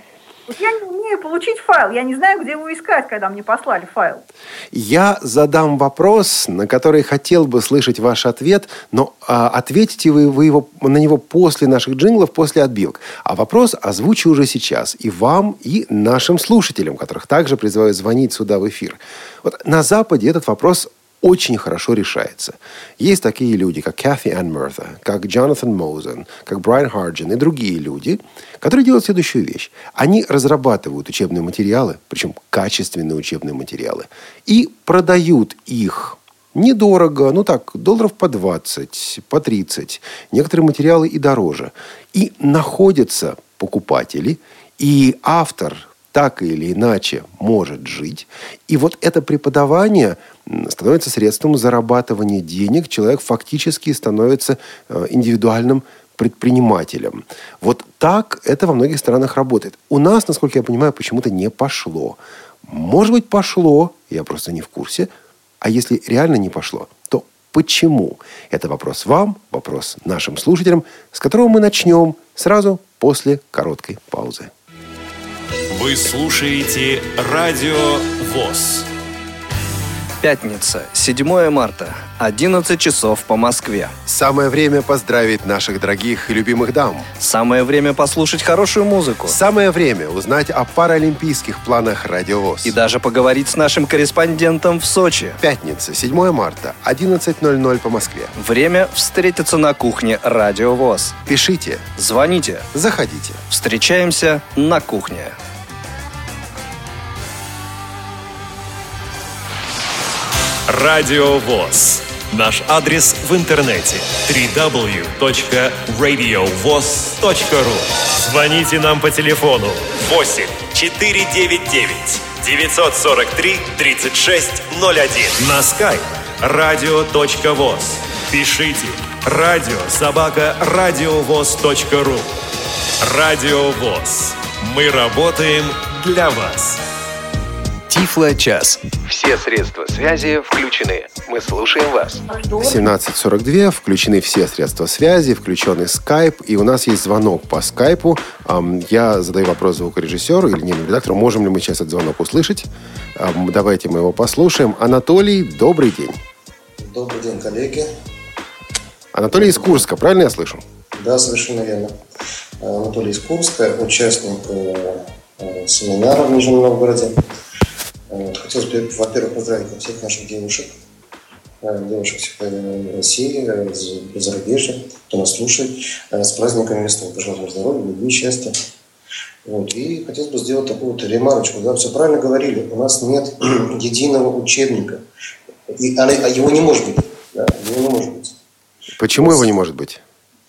Вот я не умею получить файл, я не знаю, где его искать, когда мне послали файл. Я задам вопрос, на который хотел бы слышать ваш ответ, но а, ответите вы, вы его, на него после наших джинглов, после отбивок. А вопрос озвучу уже сейчас и вам, и нашим слушателям, которых также призываю звонить сюда в эфир. Вот на Западе этот вопрос очень хорошо решается. Есть такие люди, как Кэти Энн Муртha, как Джонатан Моузен, как Брайан Харджин и другие люди, которые делают следующую вещь. Они разрабатывают учебные материалы, причем качественные учебные материалы, и продают их недорого, ну так, долларов по двадцать, по тридцать. Некоторые материалы и дороже. И находятся покупатели, и автор так или иначе может жить. И вот это преподавание становится средством зарабатывания денег. Человек фактически становится индивидуальным предпринимателем. Вот так это во многих странах работает. У нас, насколько я понимаю, почему-то не пошло. Может быть, пошло, я просто не в курсе. А если реально не пошло, то почему? Это вопрос вам, вопрос нашим слушателям, с которого мы начнем сразу после короткой паузы. Вы слушаете Радио ВОС. Пятница, седьмое марта, одиннадцать часов по Москве. Самое время поздравить наших дорогих и любимых дам. Самое время послушать хорошую музыку. Самое время узнать о паралимпийских планах Радио ВОС. И даже поговорить с нашим корреспондентом в Сочи. Пятница, седьмое марта, одиннадцать ноль ноль по Москве. Время встретиться на кухне Радио ВОС. Пишите. Звоните. Заходите. Встречаемся на кухне. Радио ВОС. Наш адрес в интернете дабл ю дабл ю дабл ю точка радио вос точка ру. Звоните нам по телефону восемь четыре девять девять девятьсот сорок три тридцать шесть ноль один. На скайп радио.воз. Пишите радио собака радиовоз точка ру. Радио ВОС. Мы работаем для вас. Тифло-час. Все средства связи включены. Мы слушаем вас. семнадцать сорок два. Включены все средства связи, включенный скайп. И у нас есть звонок по скайпу. Я задаю вопрос звукорежиссеру или линейному редактору. Можем ли мы сейчас этот звонок услышать? Давайте мы его послушаем. Анатолий, добрый день. Добрый день, коллеги. Анатолий из Курска, правильно я слышу? Да, совершенно верно. Анатолий из Курска, участник семинара в Нижнем Новгороде. Хотелось бы, во-первых, поздравить всех наших девушек, девушек всех России, зарубежья, кто нас слушает, с праздником весны. Пожелать вам здоровья, любви, счастья. Вот. И хотелось бы сделать такую вот ремарочку. Да, все правильно говорили, у нас нет единого учебника. И, а его не может быть. Да, его не может быть. Почему его не может быть?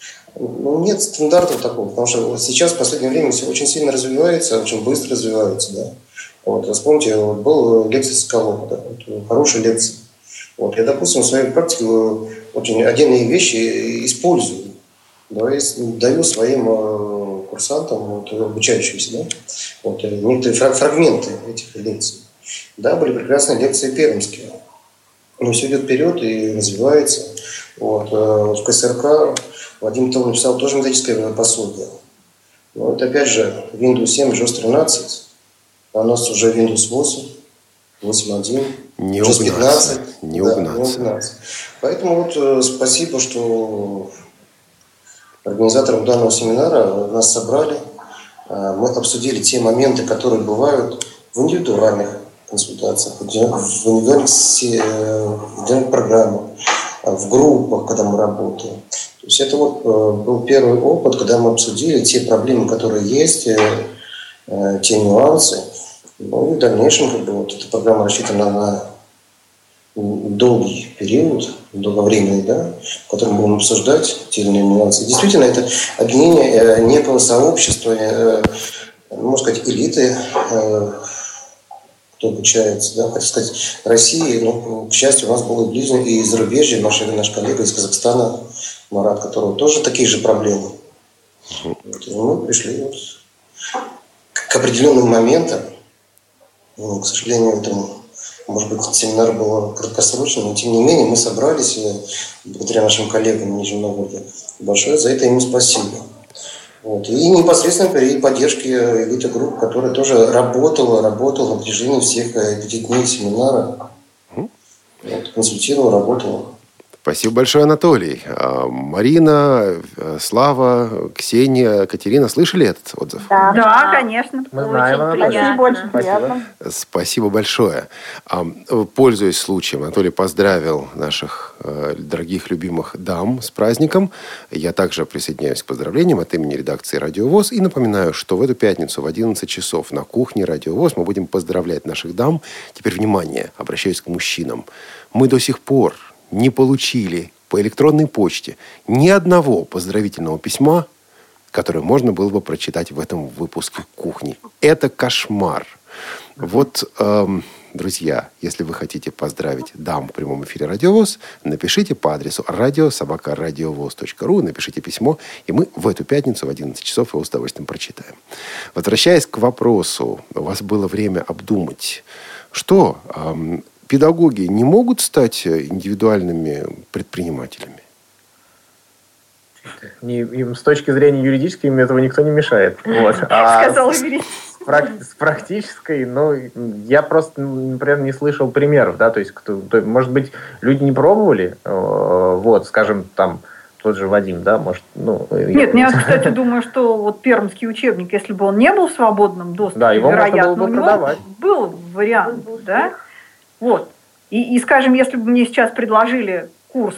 Ну, нет стандартов такого, потому что вот сейчас в последнее время все очень сильно развивается, очень быстро развивается, да. Вот, вспомните, вот, был лекция Соколова, да, вот, хорошая лекция. Вот, я, допустим, в своей практике очень отдельные вещи использую, да, даю своим э, курсантам, вот, обучающимся, да, вот, некоторые фрагменты этих лекций. Да, были прекрасные лекции пермские. Но все идет вперед и развивается. Вот, э, в ка эс эр ка Вадим Тол написал тоже методическое пособие. Но это опять же Windows семь, джос тринадцать. А у нас уже Windows восемь, восемь точка один, джос пятнадцать. Не угнаться. Да, поэтому вот э, спасибо, что организаторам данного семинара нас собрали. Э, мы обсудили те моменты, которые бывают в индивидуальных консультациях, в индивидуальных, э, в индивидуальных программах, в группах, когда мы работаем. То есть это вот э, был первый опыт, когда мы обсудили те проблемы, которые есть, э, э, те нюансы. Ну и в дальнейшем как бы, вот, эта программа рассчитана на долгий период, долговременный, да, в котором мы будем обсуждать те или иные нюансы. Действительно, это объединение э, некого сообщества, э, можно сказать, элиты, э, кто обучается, да, хотел сказать, России, но, к счастью, у нас было и ближнее, и зарубежье, наш, наш коллега из Казахстана, Марат, у которого тоже такие же проблемы. Вот, и мы пришли вот к определенным моментам. Ну, к сожалению, этому, может быть, семинар был краткосрочным, но тем не менее мы собрались, и благодаря нашим коллегам в Нижнем Новгороде. Большое за это им спасибо. Вот. И непосредственно при поддержке элиты-групп, которая тоже работала, работала на протяжении всех пяти дней семинара. Вот, консультировала, работала. Спасибо большое, Анатолий. Марина, Слава, Ксения, Катерина, слышали этот отзыв? Да, да, конечно. Мы знаем. Спасибо, очень приятно. Спасибо большое. Пользуясь случаем, Анатолий поздравил наших дорогих, любимых дам с праздником. Я также присоединяюсь к поздравлениям от имени редакции «Радио ВОС». И напоминаю, что в эту пятницу в одиннадцать часов на кухне «Радио ВОС» мы будем поздравлять наших дам. Теперь, внимание, обращаюсь к мужчинам. Мы до сих пор не получили по электронной почте ни одного поздравительного письма, которое можно было бы прочитать в этом выпуске «Кухни». Это кошмар. Вот, эм, друзья, если вы хотите поздравить дам в прямом эфире «Радио ВОС», напишите по адресу радио собака радиовос точка ру, напишите письмо, и мы в эту пятницу в одиннадцать часов его с удовольствием прочитаем. Возвращаясь к вопросу, у вас было время обдумать, что... Эм, педагоги не могут стать индивидуальными предпринимателями? Не, им с точки зрения юридической им этого никто не мешает. Вот. А Сказал с, с практической, ну, я просто, например, не слышал примеров, да, то есть, кто, то, может быть, люди не пробовали, вот, скажем, там, тот же Вадим, да, может, ну... Нет, я, кстати, думаю, что вот пермский учебник, если бы он не был в свободном доступе, да, его вероятно, можно было бы у него продавать. Был вариант, был, да? Вот. И, и, скажем, если бы мне сейчас предложили курс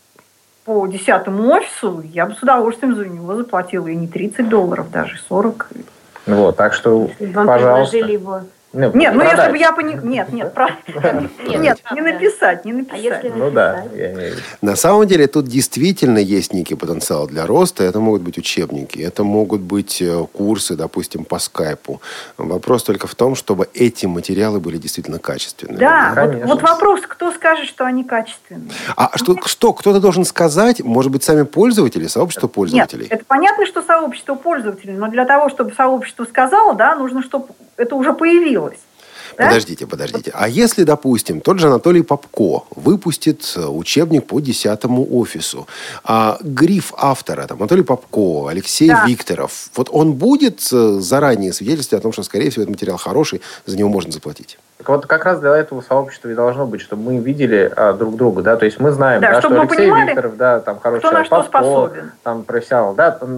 по десятому офису, я бы с удовольствием за него заплатила и не тридцать долларов, даже сорок. Вот, так что, вам пожалуйста. предложили его... Ну, нет, ну если бы я пони... Нет, нет, про... нет, не написать, не написать. Ну да. На самом деле тут действительно есть некий потенциал для роста. Это могут быть учебники, это могут быть курсы, допустим, по скайпу. Вопрос только в том, чтобы эти материалы были действительно качественными. Да, вот, вот вопрос, кто скажет, что они качественные. А что, что кто-то должен сказать? Может быть, сами пользователи, сообщество пользователей? Нет, это понятно, что сообщество пользователей, но для того, чтобы сообщество сказало, да, нужно, чтобы это уже появилось. Да? Подождите, подождите. А если, допустим, тот же Анатолий Попко выпустит учебник по десятому офису, а гриф автора, там, Анатолий Попко, Алексей да. Викторов, вот он будет заранее свидетельствовать о том, что, скорее всего, этот материал хороший, за него можно заплатить? Так вот, как раз для этого сообщества и должно быть, чтобы мы видели а, друг друга, да, то есть мы знаем, да, да, что Алексей понимали, Викторов, да, там хороший кто на что способен. Там профессионал, да, там,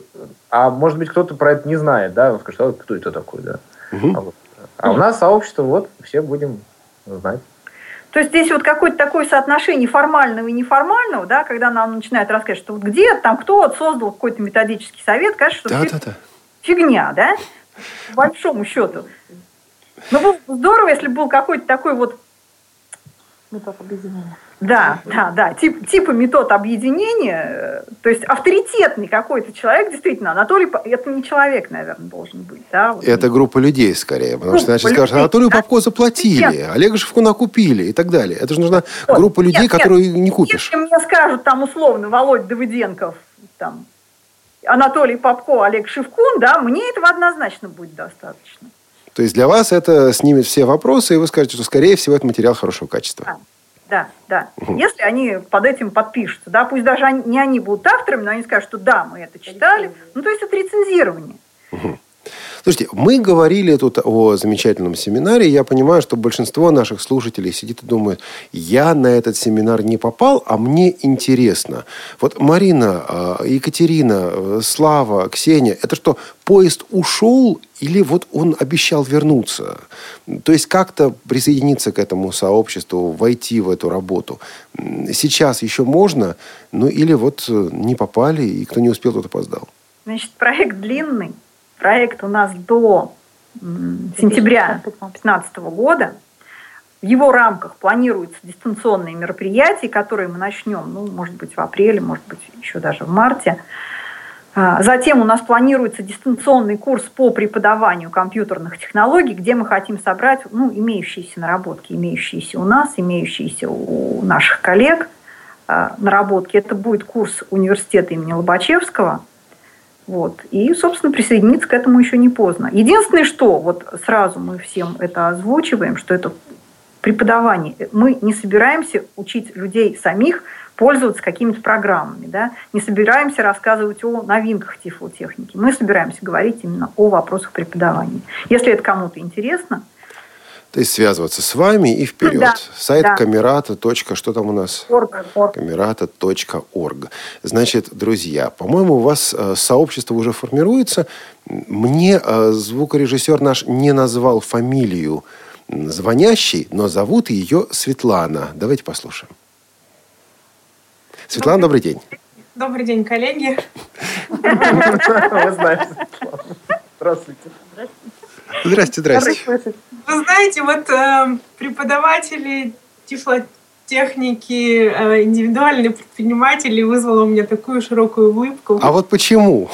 а может быть, кто-то про это не знает, да, он скажет, кто это такой, да. Угу. А, вот. а у нас сообщество, вот, все будем знать. То есть здесь вот какое-то такое соотношение формального и неформального, да, когда нам начинают рассказывать, что вот где там кто вот создал какой-то методический совет, кажется, что да, фиг... да, да. фигня, да, по большому счету. Ну, было бы здорово, если бы был какой-то такой вот... Метод объединения. Да, да, да, тип, типа метод объединения, то есть авторитетный какой-то человек, действительно, Анатолий, это не человек, наверное, должен быть. Да? Вот. Это группа людей, скорее, потому группа что иначе скажут, Анатолию да? Попко заплатили, нет. Олега Шевкуна купили и так далее. Это же нужна вот. группа людей, нет, которую нет. не купишь. Если мне скажут там условно Володь Давыденков, там, Анатолий Попко, Олег Шевкун, да, мне этого однозначно будет достаточно. То есть для вас это снимет все вопросы, и вы скажете, что, скорее всего, это материал хорошего качества. Да, да. да. Угу. Если они под этим подпишутся, да, пусть даже они, не они будут авторами, но они скажут, что да, мы это читали. Ну, то есть это рецензирование. Угу. Слушайте, мы говорили тут о замечательном семинаре. Я понимаю, что большинство наших слушателей сидит и думает, я на этот семинар не попал, а мне интересно. Вот Марина, Екатерина, Слава, Ксения, это что, поезд ушел или вот он обещал вернуться? То есть как-то присоединиться к этому сообществу, войти в эту работу. Сейчас еще можно, ну или вот не попали, и кто не успел, тот опоздал. Значит, проект длинный. Проект у нас до сентября две тысячи пятнадцатого года. В его рамках планируются дистанционные мероприятия, которые мы начнем, ну, может быть, в апреле, может быть, еще даже в марте. Затем у нас планируется дистанционный курс по преподаванию компьютерных технологий, где мы хотим собрать ну, имеющиеся наработки, имеющиеся у нас, имеющиеся у наших коллег наработки. Это будет курс университета имени Лобачевского. Вот. И, собственно, присоединиться к этому еще не поздно. Единственное, что вот сразу мы всем это озвучиваем, что это преподавание. Мы не собираемся учить людей самих пользоваться какими-то программами. Да? Не собираемся рассказывать о новинках тифлотехники. Мы собираемся говорить именно о вопросах преподавания. Если это кому-то интересно. То есть связываться с вами и вперед. Да, Сайт да. Камерата. Что там у нас? Орг, орг. Камерата точка орг. Значит, друзья, по-моему, у вас э, сообщество уже формируется. Мне э, звукорежиссер наш не назвал фамилию звонящей, но зовут ее Светлана. Давайте послушаем. Светлана, добрый день. Добрый день, коллеги. Вы знаете, здравствуйте. Здрасте, здрасте. Вы знаете, вот э, преподаватели тифлотехники, э, индивидуальные предприниматели вызвало у меня такую широкую улыбку. А вот почему?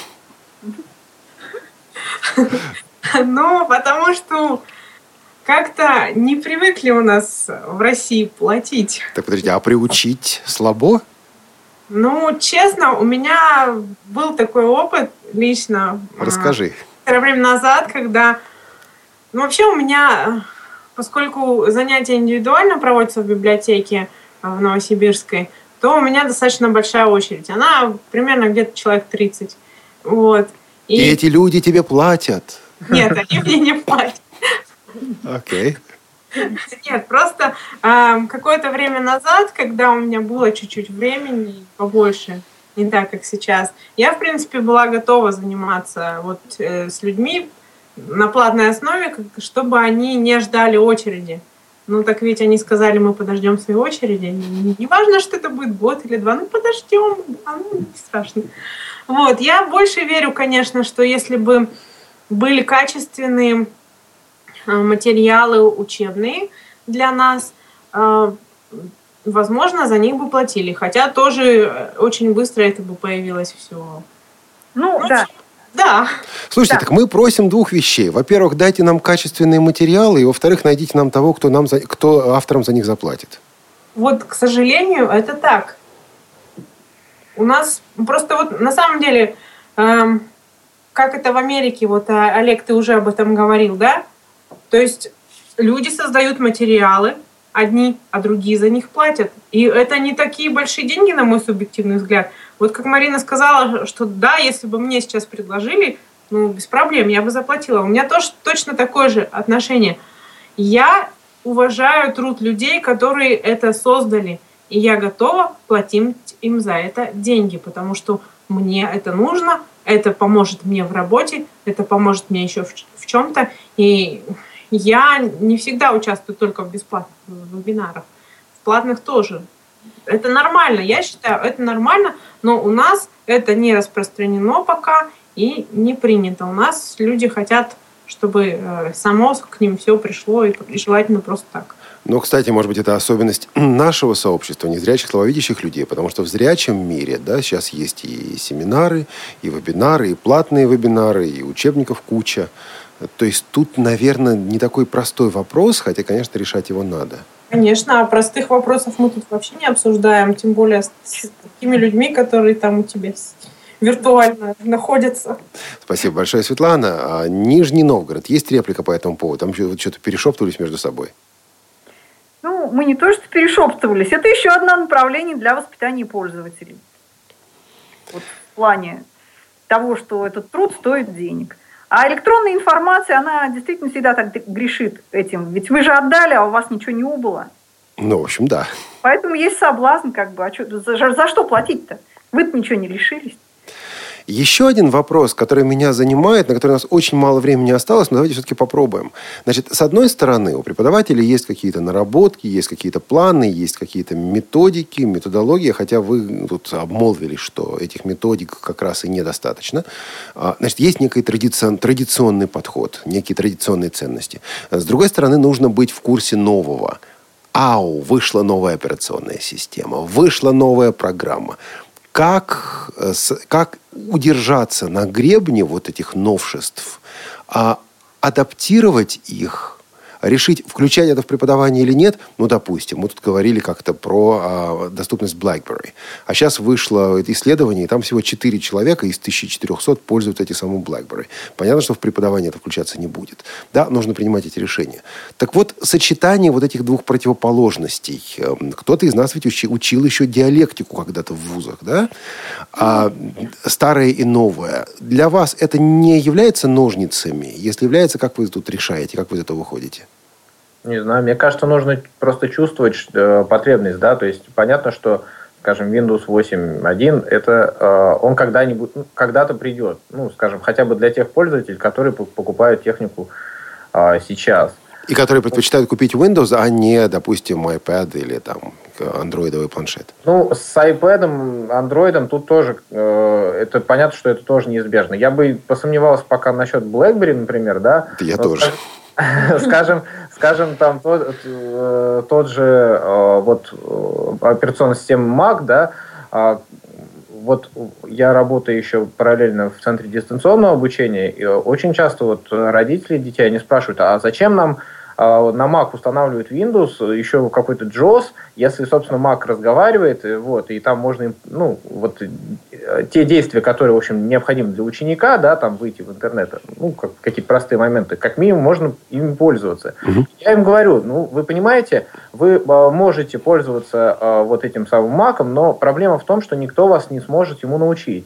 Ну, потому что как-то не привыкли у нас в России платить. Так, подождите, а приучить слабо? Ну, честно, у меня был такой опыт лично. Расскажи. Некоторое время назад, когда... Ну, вообще у меня, поскольку занятия индивидуально проводятся в библиотеке в Новосибирской, то у меня достаточно большая очередь. Она примерно где-то человек тридцать. Вот. И, И эти люди тебе платят? Нет, они мне не платят. Окей. Нет, просто э, какое-то время назад, когда у меня было чуть-чуть времени побольше, не так, как сейчас, я, в принципе, была готова заниматься вот, э, с людьми на платной основе, чтобы они не ждали очереди. Ну, так ведь они сказали, мы подождем своей очереди. Не, не важно, что это будет год или два, ну, подождем, а, ну, не страшно. Вот, я больше верю, конечно, что если бы были качественные материалы учебные для нас, возможно, за них бы платили. Хотя тоже очень быстро это бы появилось все. Ну, ну да. Да. Слушайте, да. так мы просим двух вещей. Во-первых, дайте нам качественные материалы, и, во-вторых, найдите нам того, кто, нам за... кто авторам за них заплатит. Вот, к сожалению, это так. У нас просто вот на самом деле, эм, как это в Америке, вот, Олег, ты уже об этом говорил, да? То есть люди создают материалы одни, а другие за них платят. И это не такие большие деньги, на мой субъективный взгляд. Вот как Марина сказала, что да, если бы мне сейчас предложили, ну, без проблем, я бы заплатила. У меня тоже точно такое же отношение. Я уважаю труд людей, которые это создали, и я готова платить им за это деньги, потому что мне это нужно, это поможет мне в работе, это поможет мне еще в, в чем-то. И я не всегда участвую только в бесплатных вебинарах, в платных тоже. Это нормально, я считаю, это нормально, но у нас это не распространено пока и не принято. У нас люди хотят, чтобы само к ним все пришло, и желательно просто так. Ну, кстати, может быть, это особенность нашего сообщества, незрячих, слабовидящих людей, потому что в зрячем мире, да, сейчас есть и семинары, и вебинары, и платные вебинары, и учебников куча. То есть тут, наверное, не такой простой вопрос, хотя, конечно, решать его надо. Конечно, а простых вопросов мы тут вообще не обсуждаем, тем более с такими людьми, которые там у тебя виртуально находятся. Спасибо большое, Светлана. А Нижний Новгород. Есть реплика по этому поводу? Там что-то перешептывались между собой. Ну, мы не то что перешептывались, это еще одно направление для воспитания пользователей. Вот в плане того, что этот труд стоит денег. А электронная информация, она действительно всегда так грешит этим. Ведь вы же отдали, а у вас ничего не убыло. Ну, в общем, да. Поэтому есть соблазн, как бы, а что, за, за что платить-то? Вы-то ничего не лишились. Еще один вопрос, который меня занимает, на который у нас очень мало времени осталось, но давайте все-таки попробуем. Значит, с одной стороны, у преподавателей есть какие-то наработки, есть какие-то планы, есть какие-то методики, методология, хотя вы тут обмолвились, что этих методик как раз и недостаточно. Значит, есть некий традицион, традиционный подход, некие традиционные ценности. С другой стороны, нужно быть в курсе нового. Ау, вышла новая операционная система, вышла новая программа. Как, как удержаться на гребне вот этих новшеств, а адаптировать их, решить, включать это в преподавание или нет, ну, допустим, мы тут говорили как-то про а, доступность BlackBerry. А сейчас вышло исследование, и там всего четыре человека из тысячи четырехсот пользуются этим самым BlackBerry. Понятно, что в преподавание это включаться не будет. Да, нужно принимать эти решения. Так вот, сочетание вот этих двух противоположностей. Кто-то из нас ведь учил, учил еще диалектику когда-то в вузах, да? А старое и новое. Для вас это не является ножницами? Если является, как вы тут решаете, как вы из этого выходите? Не знаю, мне кажется, нужно просто чувствовать э, потребность, да, то есть понятно, что, скажем, Windows восемь точка один, это э, он когда-нибудь, ну, когда-то придет, ну, скажем, хотя бы для тех пользователей, которые покупают технику э, сейчас. И которые предпочитают купить Windows, а не, допустим, iPad или там андроидовый планшет. Ну, с iPad, андроидом тут тоже, э, это понятно, что это тоже неизбежно. Я бы посомневался пока насчет BlackBerry, например, да. Я но, тоже. Скажем, скажем, там тот, тот же вот операционная система Mac, да, вот я работаю еще параллельно в центре дистанционного обучения, и очень часто вот родители детей, они спрашивают, а зачем нам на Mac устанавливают Windows, еще какой-то джоус, если, собственно, Mac разговаривает, вот, и там можно, ну, вот, те действия, которые, в общем, необходимы для ученика, да, там, выйти в интернет, ну, как, какие-то простые моменты, как минимум, можно ими пользоваться. Угу. Я им говорю, ну, вы понимаете, вы можете пользоваться вот этим самым Mac, но проблема в том, что никто вас не сможет ему научить.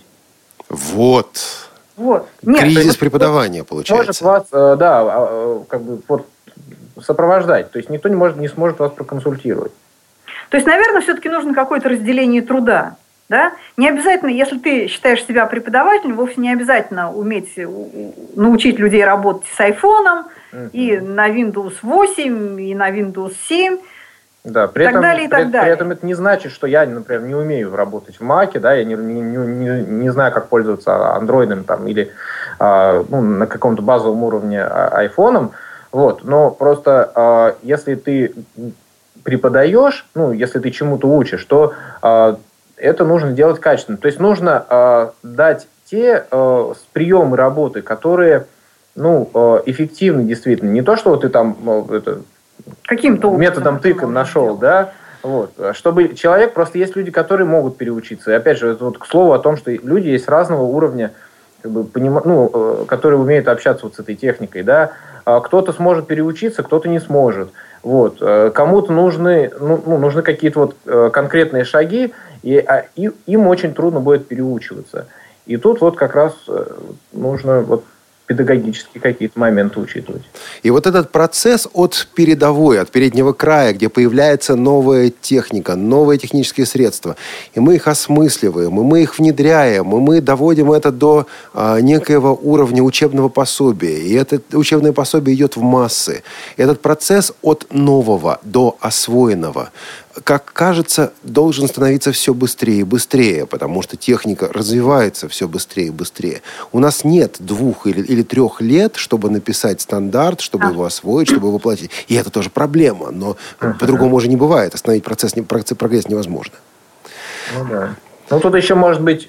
Вот. Вот. Нет, кризис преподавания, получается. Может вас, да, как бы, вот, сопровождать. То есть никто не, может, не сможет вас проконсультировать. То есть, наверное, все-таки нужно какое-то разделение труда. Да? Не обязательно, если ты считаешь себя преподавателем, вовсе не обязательно уметь научить людей работать с айфоном, mm-hmm. и на Windows восемь, и на Windows семь. Да, при, так этом, далее, и при, так далее. при этом это не значит, что я, например, не умею работать в Mac, да, я не, не, не, не знаю, как пользоваться андроидом там, или а, ну, на каком-то базовом уровне айфоном. Вот, но просто э, если ты преподаешь, ну, если ты чему-то учишь, то э, это нужно делать качественно. То есть нужно э, дать те э, приемы работы, которые, ну, э, эффективны действительно. Не то, что вот ты там э, это, каким-то методом тыка нашел, да, вот, чтобы человек, просто есть люди, которые могут переучиться. И опять же, это вот к слову о том, что люди есть разного уровня, как бы, поним... ну, которые умеют общаться вот с этой техникой, да. Кто-то сможет переучиться, кто-то не сможет. Вот. Кому-то нужны, ну, нужны какие-то вот конкретные шаги, и, а, и им очень трудно будет переучиваться. И тут вот как раз нужно вот педагогические какие-то моменты учитывать. И вот этот процесс от передовой, от переднего края, где появляется новая техника, новые технические средства, и мы их осмысливаем, и мы их внедряем, и мы доводим это до а, некоего уровня учебного пособия, и это учебное пособие идет в массы. И этот процесс от нового до освоенного, как кажется, должен становиться все быстрее и быстрее, потому что техника развивается все быстрее и быстрее. У нас нет двух или, или трех лет, чтобы написать стандарт, чтобы а. его освоить, чтобы его воплотить. И это тоже проблема, но uh-huh. по-другому уже не бывает. Остановить процесс, процесс, прогресс невозможно. Ну да. Ну тут еще, может быть,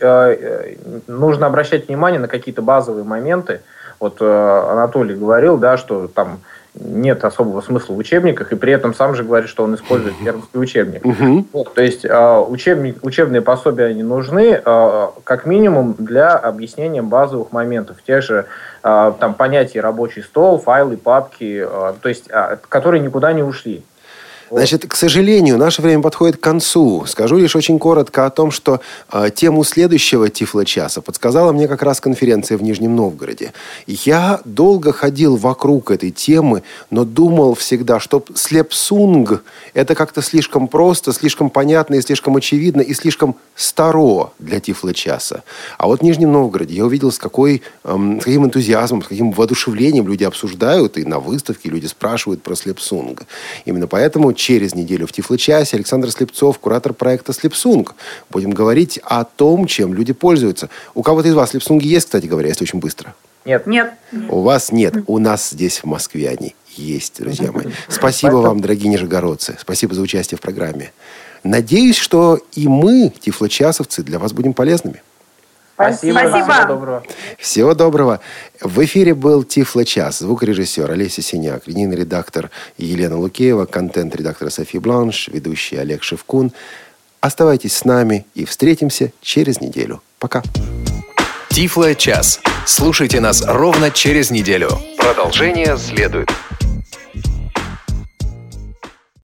нужно обращать внимание на какие-то базовые моменты. Вот Анатолий говорил, да, что там нет особого смысла в учебниках, и при этом сам же говорит, что он использует пермский учебник. Uh-huh. Вот, то есть учебник, учебные пособия они нужны как минимум для объяснения базовых моментов, тех же там, понятий рабочий стол, файлы, папки, то есть, которые никуда не ушли. Значит, к сожалению, наше время подходит к концу. Скажу лишь очень коротко о том, что э, тему следующего Тифло-часа подсказала мне как раз конференция в Нижнем Новгороде. Я долго ходил вокруг этой темы, но думал всегда, что слепсунг – это как-то слишком просто, слишком понятно и слишком очевидно, и слишком старо для Тифло-часа. А вот в Нижнем Новгороде я увидел, с, какой, эм, с каким энтузиазмом, с каким воодушевлением люди обсуждают, и на выставке люди спрашивают про слепсунг. Именно поэтому через неделю в Тифло-часе Александр Слепцов, куратор проекта «Слепсунг». Будем говорить о том, чем люди пользуются. У кого-то из вас слепсунги есть, кстати говоря, если очень быстро? Нет. Нет. У вас нет. У нас здесь, в Москве, они есть, друзья мои. Спасибо вам, дорогие нижегородцы. Спасибо за участие в программе. Надеюсь, что и мы, тифло-часовцы, для вас будем полезными. Спасибо. Спасибо. Всего доброго. Всего доброго. В эфире был Тифло-час. Звукорежиссер Олеся Синяк, линейный редактор Елена Лукеева, контент-редактор София Бланш, ведущий Олег Шевкун. Оставайтесь с нами и встретимся через неделю. Пока. Тифло-час. Слушайте нас ровно через неделю. Продолжение следует.